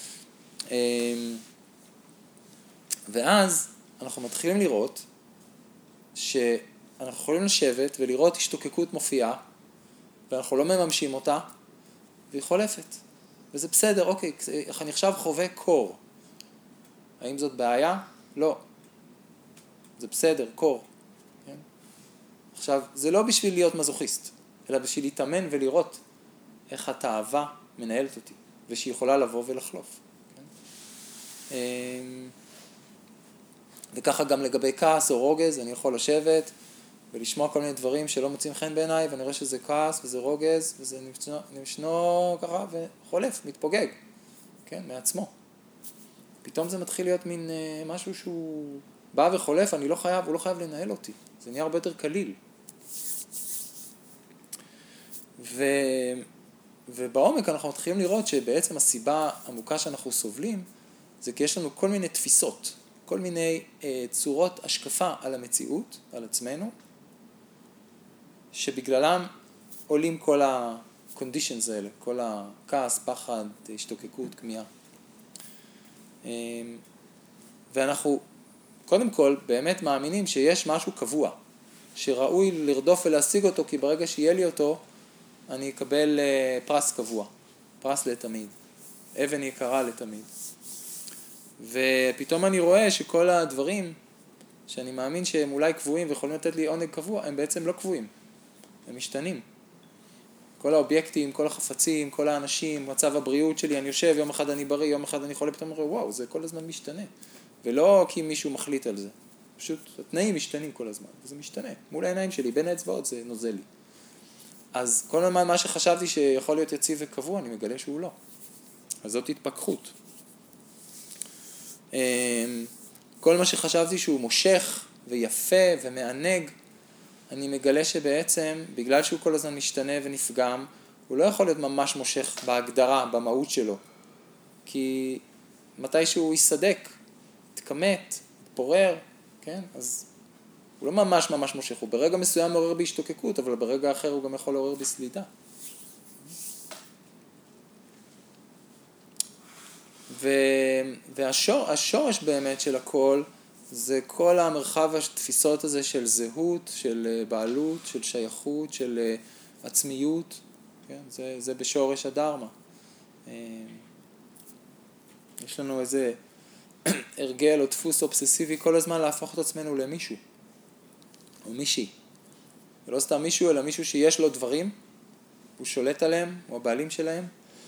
ואז אנחנו מתחילים לראות שאנחנו יכולים לשבת ולראות השתוקקות מופיעה, ואנחנו לא מממשים אותה, והיא חולפת. וזה בסדר, אוקיי, אני עכשיו חווה קור. האם זאת בעיה? לא. זה בסדר, קור. כן? עכשיו, זה לא בשביל להיות מזוכיסט, אלא בשביל להתאמן ולראות איך התאווה מנהלת אותי, ושהיא יכולה לבוא ולחלוף. כן? וככה גם לגבי כעס או רוגז, אני יכול לשבת ולשמוע כל מיני דברים שלא מוצאים חן בעיניי, ואני רואה שזה כעס וזה רוגז, וזה נמשנו ככה וחולף, מתפוגג, כן, מעצמו. פתאום זה מתחיל להיות מין משהו שהוא בא וחולף, אני לא חייב, הוא לא חייב לנהל אותי. זה נהיה הרבה יותר קליל. ו... ובעומק אנחנו מתחילים לראות שבעצם הסיבה עמוקה שאנחנו סובלים, זה כי יש לנו כל מיני תפיסות, כל מיני אה, צורות השקפה על המציאות, על עצמנו, שבגללם עולים כל ה-conditions האלה, כל הכעס, פחד, השתוקקות, כמיהה. אה, ואנחנו קודם כל באמת מאמינים שיש משהו קבוע, שראוי לרדוף ולהשיג אותו, כי ברגע שיהיה לי אותו, אני אקבל אה, פרס קבוע, פרס לתמיד, אבן יקרה לתמיד. ופתאום אני רואה שכל הדברים שאני מאמין שהם אולי קבועים ויכולים לתת לי עונג קבוע, הם בעצם לא קבועים, הם משתנים. כל האובייקטים, כל החפצים, כל האנשים, מצב הבריאות שלי, אני יושב, יום אחד אני בריא, יום אחד אני חולה, פתאום אני רואה, וואו, זה כל הזמן משתנה. ולא כי מישהו מחליט על זה. פשוט התנאים משתנים כל הזמן, וזה משתנה. מול העיניים שלי, בין האצבעות זה נוזל לי. אז כל הזמן מה שחשבתי שיכול להיות יציב וקבוע, אני מגלה שהוא לא. אז זאת התפכחות. כל מה שחשבתי שהוא מושך ויפה ומענג, אני מגלה שבעצם, בגלל שהוא כל הזמן משתנה ונפגם, הוא לא יכול להיות ממש מושך בהגדרה, במהות שלו. כי מתי שהוא יסדק, יתכמת, יתפורר, כן? אז הוא לא ממש ממש מושך, הוא ברגע מסוים מעורר בהשתוקקות, אבל ברגע אחר הוא גם יכול לעורר בסלידה. והשורש באמת של הכל, זה כל המרחב התפיסות הזה של זהות, של בעלות, של שייכות, של עצמיות, כן? זה, זה בשורש הדרמה. יש לנו איזה הרגל או דפוס אובססיבי כל הזמן להפוך את עצמנו למישהו, או מישהי. ולא סתם מישהו, אלא מישהו שיש לו דברים, הוא שולט עליהם, הוא הבעלים שלהם.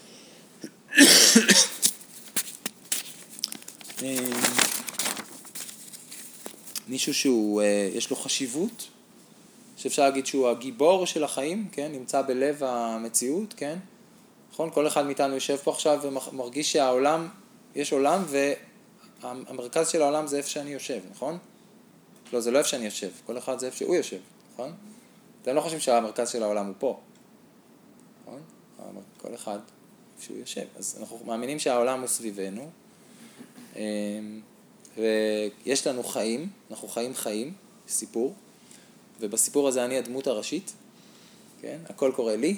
מישהו שהוא, יש לו חשיבות, שאפשר להגיד שהוא הגיבור של החיים, כן? נמצא בלב המציאות, כן? נכון? כל אחד מאיתנו יושב פה עכשיו ומרגיש שהעולם, יש עולם והמרכז של העולם זה איפה שאני יושב, נכון? לא, זה לא איפה שאני יושב, כל אחד זה איפה שהוא יושב, נכון? אתם לא חושבים שהמרכז של העולם הוא פה, נכון? כל אחד איפה שהוא יושב. אז אנחנו מאמינים שהעולם הוא סביבנו, ויש לנו חיים, אנחנו חיים חיים, סיפור, ובסיפור הזה אני הדמות הראשית, כן? הכל קורה לי,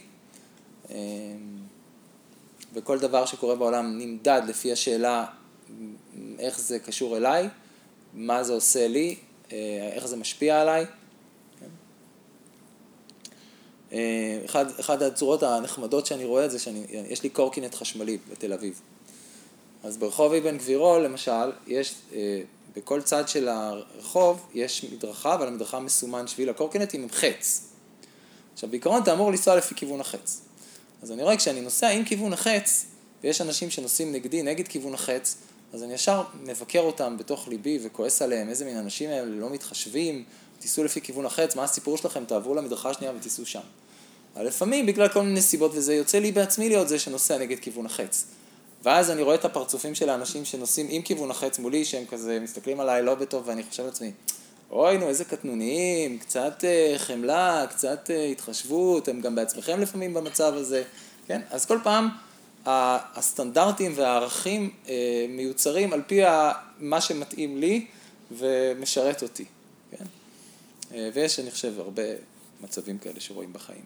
וכל דבר שקורה בעולם נמדד לפי השאלה איך זה קשור אליי, מה זה עושה לי, איך זה משפיע עליי. כן? אחד, אחד הצורות הנחמדות שאני רואה את זה, שיש לי קורקינט חשמלי בתל אביב. אז ברחוב אבן גבירול, למשל, יש, בכל צד של הרחוב יש מדרכה, ועל המדרכה מסומן שביל הקורקינט עם חץ. עכשיו, בעיקרון אתה אמור לנסוע לפי כיוון החץ. אז אני רואה, כשאני נוסע עם כיוון החץ, ויש אנשים שנוסעים נגדי, נגד כיוון החץ, אז אני ישר מבקר אותם בתוך ליבי וכועס עליהם, איזה מין אנשים האלה לא מתחשבים, תיסעו לפי כיוון החץ, מה הסיפור שלכם? תעברו למדרכה השנייה ותיסעו שם. אבל לפעמים, בגלל כל מיני סיבות, וזה יוצא לי בעצמי להיות זה שנוסע נגד כיוון החץ. ואז אני רואה את הפרצופים של האנשים שנוסעים עם כיוון החץ מולי, שהם כזה מסתכלים עליי לא בטוב, ואני חושב לעצמי, אוי נו, איזה קטנוניים, קצת חמלה, קצת התחשבות, הם גם בעצמכם לפעמים במצב הזה, כן? אז כל פעם הסטנדרטים והערכים מיוצרים על פי מה שמתאים לי ומשרת אותי, כן? ויש, אני חושב, הרבה מצבים כאלה שרואים בחיים.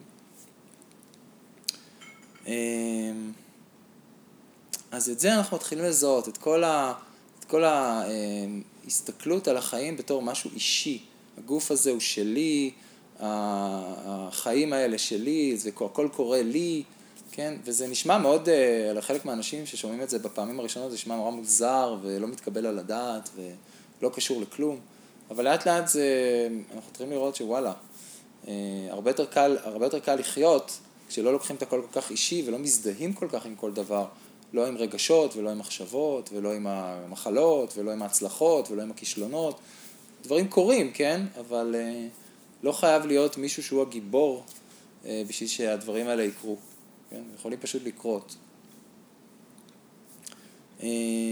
אז את זה אנחנו מתחילים לזהות, את כל ה... את כל ההסתכלות על החיים בתור משהו אישי. הגוף הזה הוא שלי, החיים האלה שלי, זה הכל קורה לי, כן? וזה נשמע מאוד, לחלק מהאנשים ששומעים את זה בפעמים הראשונות, זה נשמע נורא מוזר ולא מתקבל על הדעת ולא קשור לכלום. אבל לאט לאט זה, אנחנו צריכים לראות שוואלה, הרבה יותר קל, הרבה יותר קל לחיות כשלא לוקחים את הכל כל כך אישי ולא מזדהים כל כך עם כל דבר. לא עם רגשות ולא עם מחשבות ולא עם המחלות ולא עם ההצלחות ולא עם הכישלונות. דברים קורים, כן? אבל אה, לא חייב להיות מישהו שהוא הגיבור אה, בשביל שהדברים האלה יקרו. כן? יכולים פשוט לקרות. אה,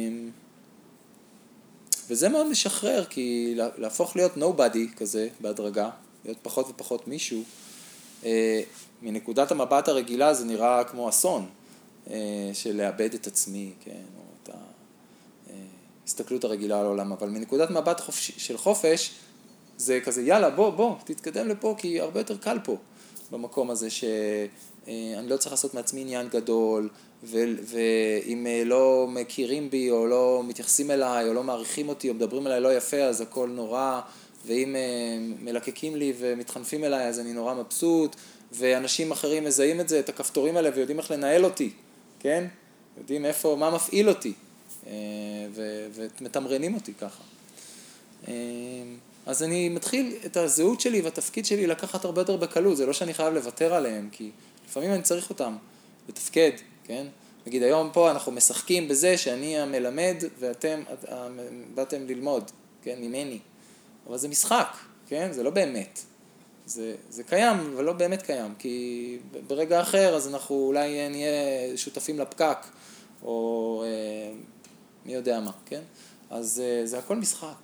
וזה מאוד משחרר, כי להפוך להיות nobody כזה בהדרגה, להיות פחות ופחות מישהו, אה, מנקודת המבט הרגילה זה נראה כמו אסון. של לאבד את עצמי, כן, או את ההסתכלות הרגילה על העולם, אבל מנקודת מבט חופש, של חופש, זה כזה, יאללה, בוא, בוא, תתקדם לפה, כי הרבה יותר קל פה, במקום הזה, שאני לא צריך לעשות מעצמי עניין גדול, ואם לא מכירים בי, או לא מתייחסים אליי, או לא מעריכים אותי, או מדברים אליי לא יפה, אז הכל נורא, ואם מלקקים לי ומתחנפים אליי, אז אני נורא מבסוט, ואנשים אחרים מזהים את זה, את הכפתורים האלה, ויודעים איך לנהל אותי, כן? יודעים איפה, מה מפעיל אותי, ומתמרנים אותי ככה. אז אני מתחיל את הזהות שלי והתפקיד שלי לקחת הרבה יותר בקלות, זה לא שאני חייב לוותר עליהם, כי לפעמים אני צריך אותם לתפקד, כן? נגיד, היום פה אנחנו משחקים בזה שאני המלמד, ואתם באתם ללמוד, כן? ממני. אבל זה משחק, כן? זה לא באמת. זה, זה קיים, אבל לא באמת קיים, כי ברגע אחר אז אנחנו אולי נהיה שותפים לפקק, או אה, מי יודע מה, כן? אז אה, זה הכל משחק.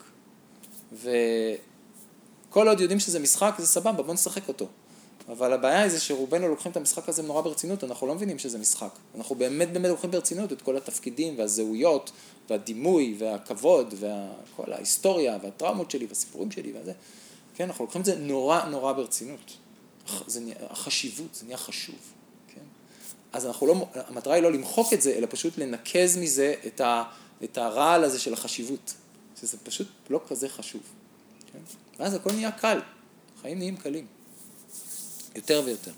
וכל עוד יודעים שזה משחק, זה סבבה, בוא נשחק אותו. אבל הבעיה היא זה שרובנו לוקחים את המשחק הזה נורא ברצינות, אנחנו לא מבינים שזה משחק. אנחנו באמת באמת לוקחים ברצינות את כל התפקידים והזהויות, והדימוי והכבוד, וכל ההיסטוריה והטראומות שלי והסיפורים שלי וזה. כן, אנחנו לוקחים את זה נורא נורא ברצינות. זה נהיה, החשיבות, זה נהיה חשוב. כן? אז אנחנו לא, המטרה היא לא למחוק את זה, אלא פשוט לנקז מזה את, ה, את הרעל הזה של החשיבות. שזה פשוט לא כזה חשוב. כן? ואז הכל נהיה קל. החיים נהיים קלים. יותר ויותר.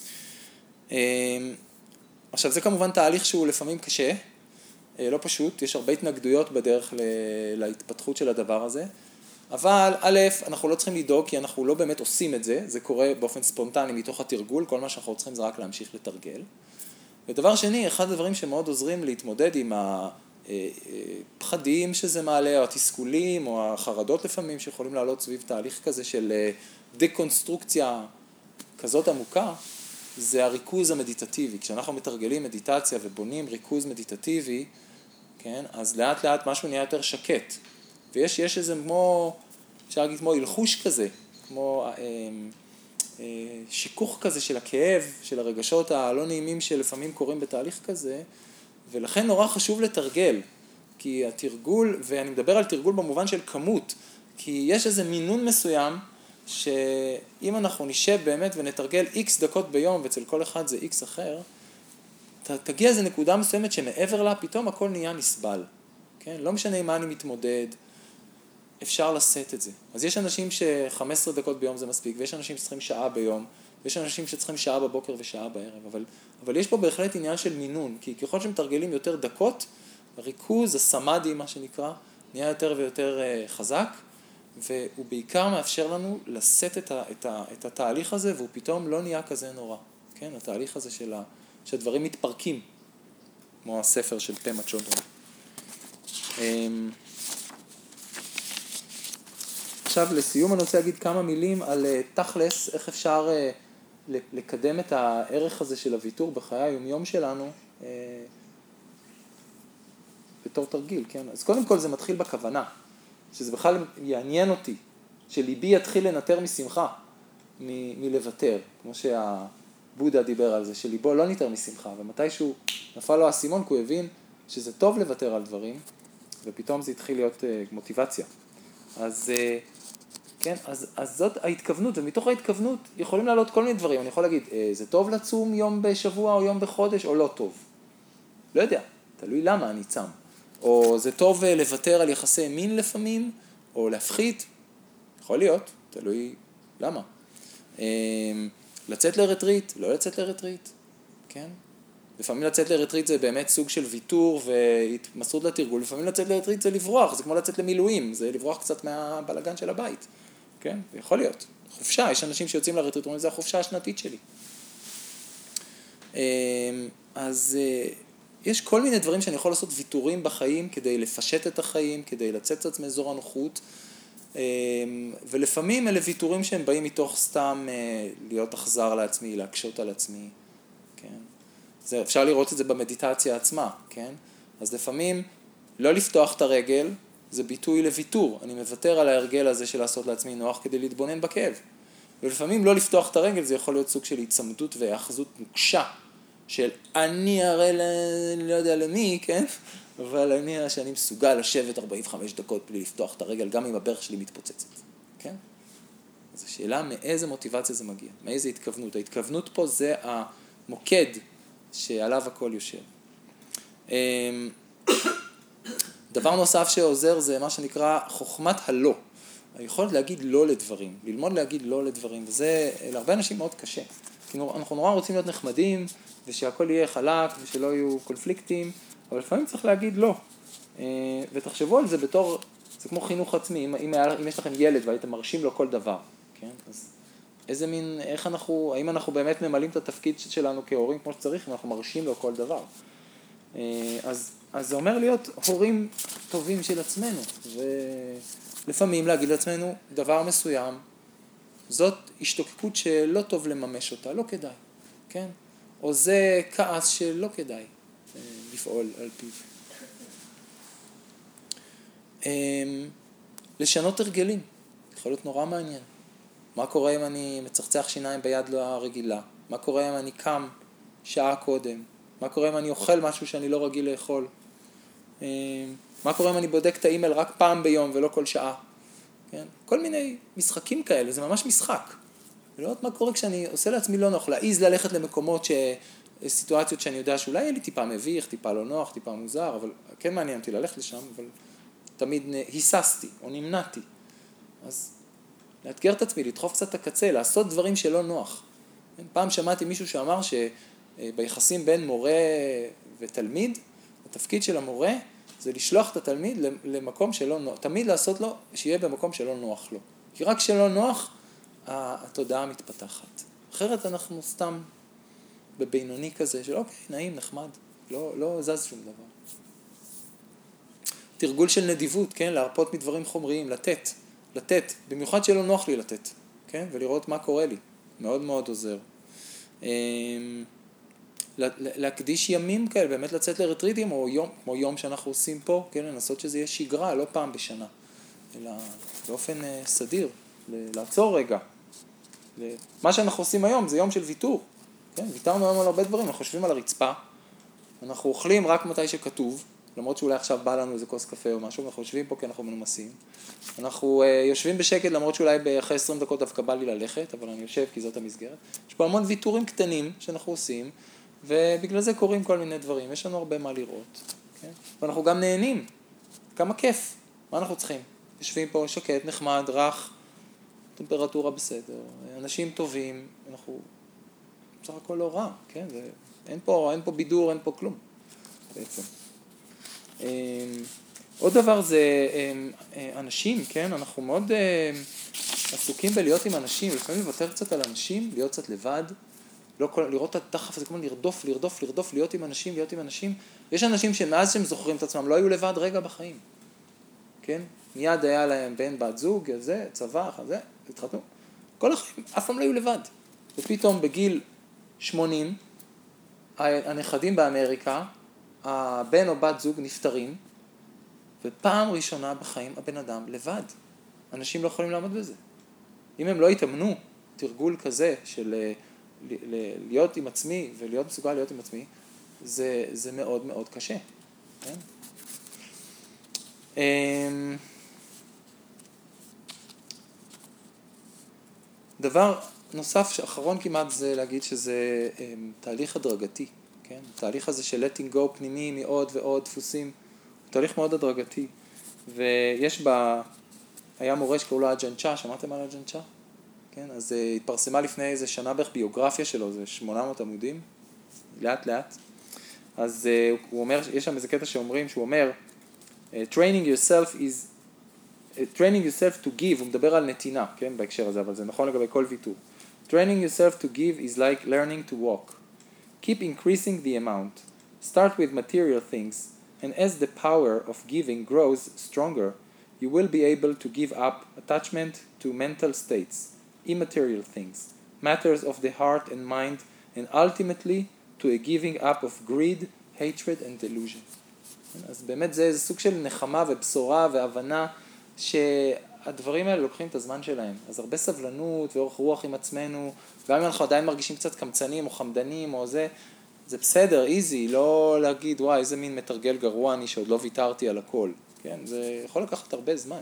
עכשיו, זה כמובן תהליך שהוא לפעמים קשה, לא פשוט, יש הרבה התנגדויות בדרך להתפתחות של הדבר הזה, אבל א', אנחנו לא צריכים לדאוג, כי אנחנו לא באמת עושים את זה, זה קורה באופן ספונטני מתוך התרגול, כל מה שאנחנו צריכים זה רק להמשיך לתרגל. ודבר שני, אחד הדברים שמאוד עוזרים להתמודד עם הפחדים שזה מעלה, או התסכולים, או החרדות לפעמים שיכולים לעלות סביב תהליך כזה של דקונסטרוקציה כזאת עמוקה, זה הריכוז המדיטטיבי. כשאנחנו מתרגלים מדיטציה ובונים ריכוז מדיטטיבי, כן, אז לאט לאט משהו נהיה יותר שקט. ויש יש איזה כמו, אפשר להגיד כמו הלחוש כזה, כמו אה, אה, שיכוך כזה של הכאב, של הרגשות הלא נעימים שלפעמים קורים בתהליך כזה, ולכן נורא חשוב לתרגל, כי התרגול, ואני מדבר על תרגול במובן של כמות, כי יש איזה מינון מסוים, שאם אנחנו נשב באמת ונתרגל איקס דקות ביום, ואצל כל אחד זה איקס אחר, תגיע איזו נקודה מסוימת שמעבר לה, פתאום הכל נהיה נסבל. כן? לא משנה עם מה אני מתמודד, אפשר לשאת את זה. אז יש אנשים ש-חמש עשרה דקות ביום זה מספיק, ויש אנשים שצריכים שעה ביום, ויש אנשים שצריכים שעה בבוקר ושעה בערב, אבל, אבל יש פה בהחלט עניין של מינון, כי ככל שמתרגלים יותר דקות, הריכוז, הסמאדי, מה שנקרא, נהיה יותר ויותר חזק, והוא בעיקר מאפשר לנו לשאת את, ה, את, ה, את התהליך הזה, והוא פתאום לא נהיה כזה נורא. כן? התהליך הזה של ה, שהדברים מתפרקים, כמו הספר של פמה צ'ודרון. עכשיו, לסיום אני רוצה להגיד כמה מילים על תכלס, איך אפשר לקדם את הערך הזה של הוויתור בחיי היומיום שלנו, בתור תרגיל, כן? אז קודם כל זה מתחיל בכוונה, שזה בכלל יעניין אותי, שליבי יתחיל לנטר משמחה, מ- מלוותר, כמו שהבודה דיבר על זה, שליבו לא ניטר משמחה, ומתישהו נפל לו הסימון, כי הוא הבין שזה טוב לוותר על דברים, ופתאום זה התחיל להיות uh, מוטיבציה. אז, uh, כן, אז, אז זאת ההתכוונות, ומתוך ההתכוונות יכולים לעלות כל מיני דברים. אני יכול להגיד, uh, זה טוב לצום יום בשבוע או יום בחודש, או לא טוב? לא יודע, תלוי למה אני צם. או זה טוב uh, לוותר על יחסי מין לפעמים, או להפחית, יכול להיות, תלוי למה. Uh, לצאת לרטריט, לא לצאת לרטריט, כן? לפעמים לצאת לרטריט זה באמת סוג של ויתור והתמסרות לתרגול, לפעמים לצאת לרטריט זה לברוח, זה כמו לצאת למילואים, זה לברוח קצת מהבלגן של הבית, כן? זה יכול להיות. חופשה, יש אנשים שיוצאים לרטריט, אומרים, זה החופשה השנתית שלי. אז יש כל מיני דברים שאני יכול לעשות ויתורים בחיים, כדי לפשט את החיים, כדי לצאת קצת מאזור הנוחות, ולפעמים אלה ויתורים שהם באים מתוך סתם להיות אכזר לעצמי, להקשות על עצמי, כן? זה, אפשר לראות את זה במדיטציה עצמה, כן? אז לפעמים לא לפתוח את הרגל, זה ביטוי לוויתור. אני מוותר על ההרגל הזה של לעשות לעצמי נוח כדי להתבונן בכאב. ולפעמים לא לפתוח את הרגל, זה יכול להיות סוג של הצמדות והאחזות נוקשה, של אני הרי ל... לא יודע למי, כן? אבל אני שאני מסוגל לשבת ארבעים וחמש דקות בלי לפתוח את הרגל, גם אם הברך שלי מתפוצצת, כן? אז השאלה מאיזה מוטיבציה זה מגיע, מאיזה התכוונות. ההתכוונות פה זה המוקד שעליו הכל יושב. דבר נוסף שעוזר זה מה שנקרא חוכמת הלא. היכולת להגיד לא לדברים, ללמוד להגיד לא לדברים, וזה להרבה אנשים מאוד קשה. כי אנחנו נורא רוצים להיות נחמדים, ושהכל יהיה חלק, ושלא יהיו קונפליקטים, אבל לפעמים צריך להגיד לא. ותחשבו על זה בתור, זה כמו חינוך עצמי, אם, אם, אם יש לכם ילד והייתם מרשים לו כל דבר, כן? אז איזה מין, איך אנחנו, האם אנחנו באמת ממלאים את התפקיד שלנו כהורים כמו שצריך, אם אנחנו מרשים לו כל דבר. אז, אז זה אומר להיות הורים טובים של עצמנו, ולפעמים להגיד לעצמנו דבר מסוים, זאת השתוקקות שלא טוב לממש אותה, לא כדאי, כן? או זה כעס שלא כדאי לפעול על פיו. לשנות הרגלים, יכול להיות נורא מעניין. מה קורה אם אני מצחצח שיניים ביד לא הרגילה? מה קורה אם אני קם שעה קודם? מה קורה אם אני אוכל משהו שאני לא רגיל לאכול? מה קורה אם אני בודק את האימייל רק פעם ביום ולא כל שעה? כן? כל מיני משחקים כאלה, זה ממש משחק. ולראות מה קורה כשאני עושה לעצמי לא נוח, להעיז ללכת למקומות, ש... סיטואציות שאני יודע שאולי יהיה לי טיפה מביך, טיפה לא נוח, טיפה מוזר, אבל כן מעניין אותי ללכת לשם, אבל תמיד היססתי או נמנעתי. אז לאתגר את עצמי, לדחוף קצת את הקצה, לעשות דברים שלא נוח. פעם שמעתי מישהו שאמר שביחסים בין מורה ותלמיד, התפקיד של המורה זה לשלוח את התלמיד למקום שלא נוח, תמיד לעשות לו שיהיה במקום שלא נוח לו. כי רק שלא נוח, התודעה מתפתחת. אחרת אנחנו סתם בבינוני כזה, של אוקיי, נעים, נחמד, לא, לא זז שום דבר. תרגול של נדיבות, כן? להרפות מדברים חומריים, לתת, לתת, במיוחד שלא נוח לי לתת, כן? ולראות מה קורה לי, מאוד מאוד עוזר. להקדיש ימים כאלה, באמת לצאת לרטריטים, או יום, כמו יום שאנחנו עושים פה, כן? לנסות שזה יהיה שגרה, לא פעם בשנה, אלא באופן סדיר, לעצור רגע. מה שאנחנו עושים היום זה יום של ויתור, כן? ויתרנו היום על הרבה דברים, אנחנו חושבים על הרצפה, אנחנו אוכלים רק מתי שכתוב, למרות שאולי עכשיו בא לנו איזה כוס קפה או משהו, אנחנו יושבים פה כי אנחנו מנומסים. אנחנו uh, יושבים בשקט, למרות שאולי אחרי עשרים דקות דווקא בא לי ללכת, אבל אני יושב כי זאת המסגרת. יש פה המון ויתורים קטנים שאנחנו עושים, ובגלל זה קורים כל מיני דברים. יש לנו הרבה מה לראות, כן? ואנחנו גם נהנים. כמה כיף. מה אנחנו צריכים? יושבים פה שקט, נחמד, רך, טמפרטורה בסדר, אנשים טובים, אנחנו בסך הכל לא רע, כן? זה, אין פה, אין פה בידור, אין פה כלום, בעצם. עוד דבר זה אנשים, כן? אנחנו מאוד עסוקים בלהיות עם אנשים, לפעמים לוותר קצת על אנשים, להיות קצת לבד, לא כל, לראות את הדחף הזה כמו לרדוף, לרדוף, לרדוף, להיות עם אנשים, להיות עם אנשים. יש אנשים שמאז שהם זוכרים את עצמם לא היו לבד רגע בחיים, כן? מיד היה להם בן, בת זוג, זה, צבא, זה, התחתנו. כל החיים, אף פעם לא היו לבד. ופתאום בגיל שמונים, הנכדים באמריקה, הבן או בת זוג נפטרים, ופעם ראשונה בחיים הבן אדם לבד. אנשים לא יכולים לעמוד בזה. אם הם לא יתאמנו תרגול כזה של להיות עם עצמי ולהיות מסוגל להיות עם עצמי, זה, זה מאוד מאוד קשה. כן? דבר נוסף, אחרון כמעט, זה להגיד שזה תהליך הדרגתי. כן? התהליך הזה של letting go פנימי מעוד ועוד דפוסים, הוא תהליך מאוד הדרגתי. ויש בה, היה מורה שקראו לו אג'ן צ'ה, שמעתם על אג'ן צ'ה? כן? אז התפרסמה לפני איזה שנה בערך ביוגרפיה שלו, זה שמונה מאות עמודים, לאט לאט. אז הוא אומר, יש שם איזה קטע שאומרים, שהוא אומר, training yourself is, training yourself to give, הוא מדבר על נתינה, כן? בהקשר הזה, אבל זה נכון לגבי כל ויתור. training yourself to give is like learning to walk. Keep increasing the amount. Start with material things, and as the power of giving grows stronger, you will be able to give up attachment to mental states, immaterial things, matters of the heart and mind, and ultimately to a giving up of greed, hatred and delusion. אז באמת זה איזה סוג של נחמה ובשורה והבנה שהדברים האלה לוקחים את הזמן שלהם. אז הרבה סבלנות ואורך רוח עם עצמנו, גם אם אנחנו עדיין מרגישים קצת קמצנים או חמדנים או זה, זה בסדר, איזי, לא להגיד וואי איזה מין מתרגל גרוע אני שעוד לא ויתרתי על הכל. כן, זה יכול לקחת הרבה זמן.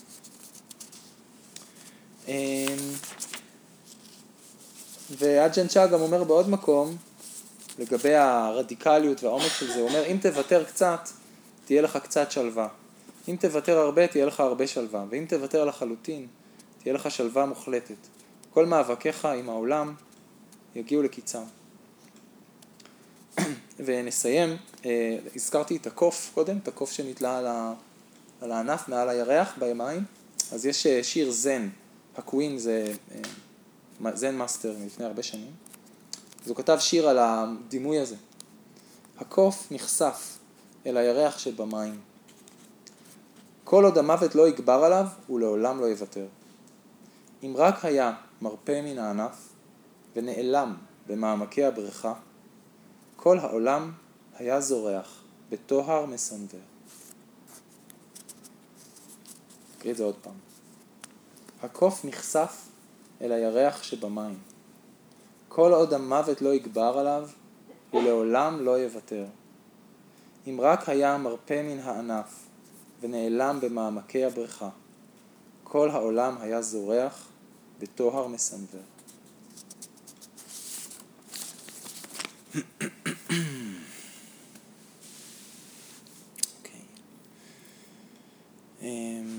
ואג'ן צ'ה גם אומר בעוד מקום, לגבי הרדיקליות והעומק של זה, הוא אומר, אם תוותר קצת, תהיה לך קצת שלווה. אם תוותר הרבה, תהיה לך הרבה שלווה. ואם תוותר לחלוטין, תהיה לך שלווה מוחלטת. כל מאבקיך עם העולם יגיעו לקיצם. ונסיים, הזכרתי את הקוף קודם, את הקוף שנתלה על, ה, על הענף מעל הירח בימיים. אז יש שיר זן, הקווין זה זן מאסטר מלפני הרבה שנים. אז הוא כתב שיר על הדימוי הזה. הקוף נחשף אל הירח שבמים. כל עוד המוות לא יגבר עליו, הוא לעולם לא יוותר. אם רק היה מרפא מן הענף ונעלם במעמקי הבריכה, כל העולם היה זורח בטוהר מסנוור. נקריא את זה עוד פעם. הקוף נחשף אל הירח שבמים. כל עוד המוות לא יגבר עליו, הוא לעולם לא יוותר. אם רק היה מרפא מן הענף ונעלם במעמקי הבריכה, כל העולם היה זורח בטוהר מסנוור. אוקיי.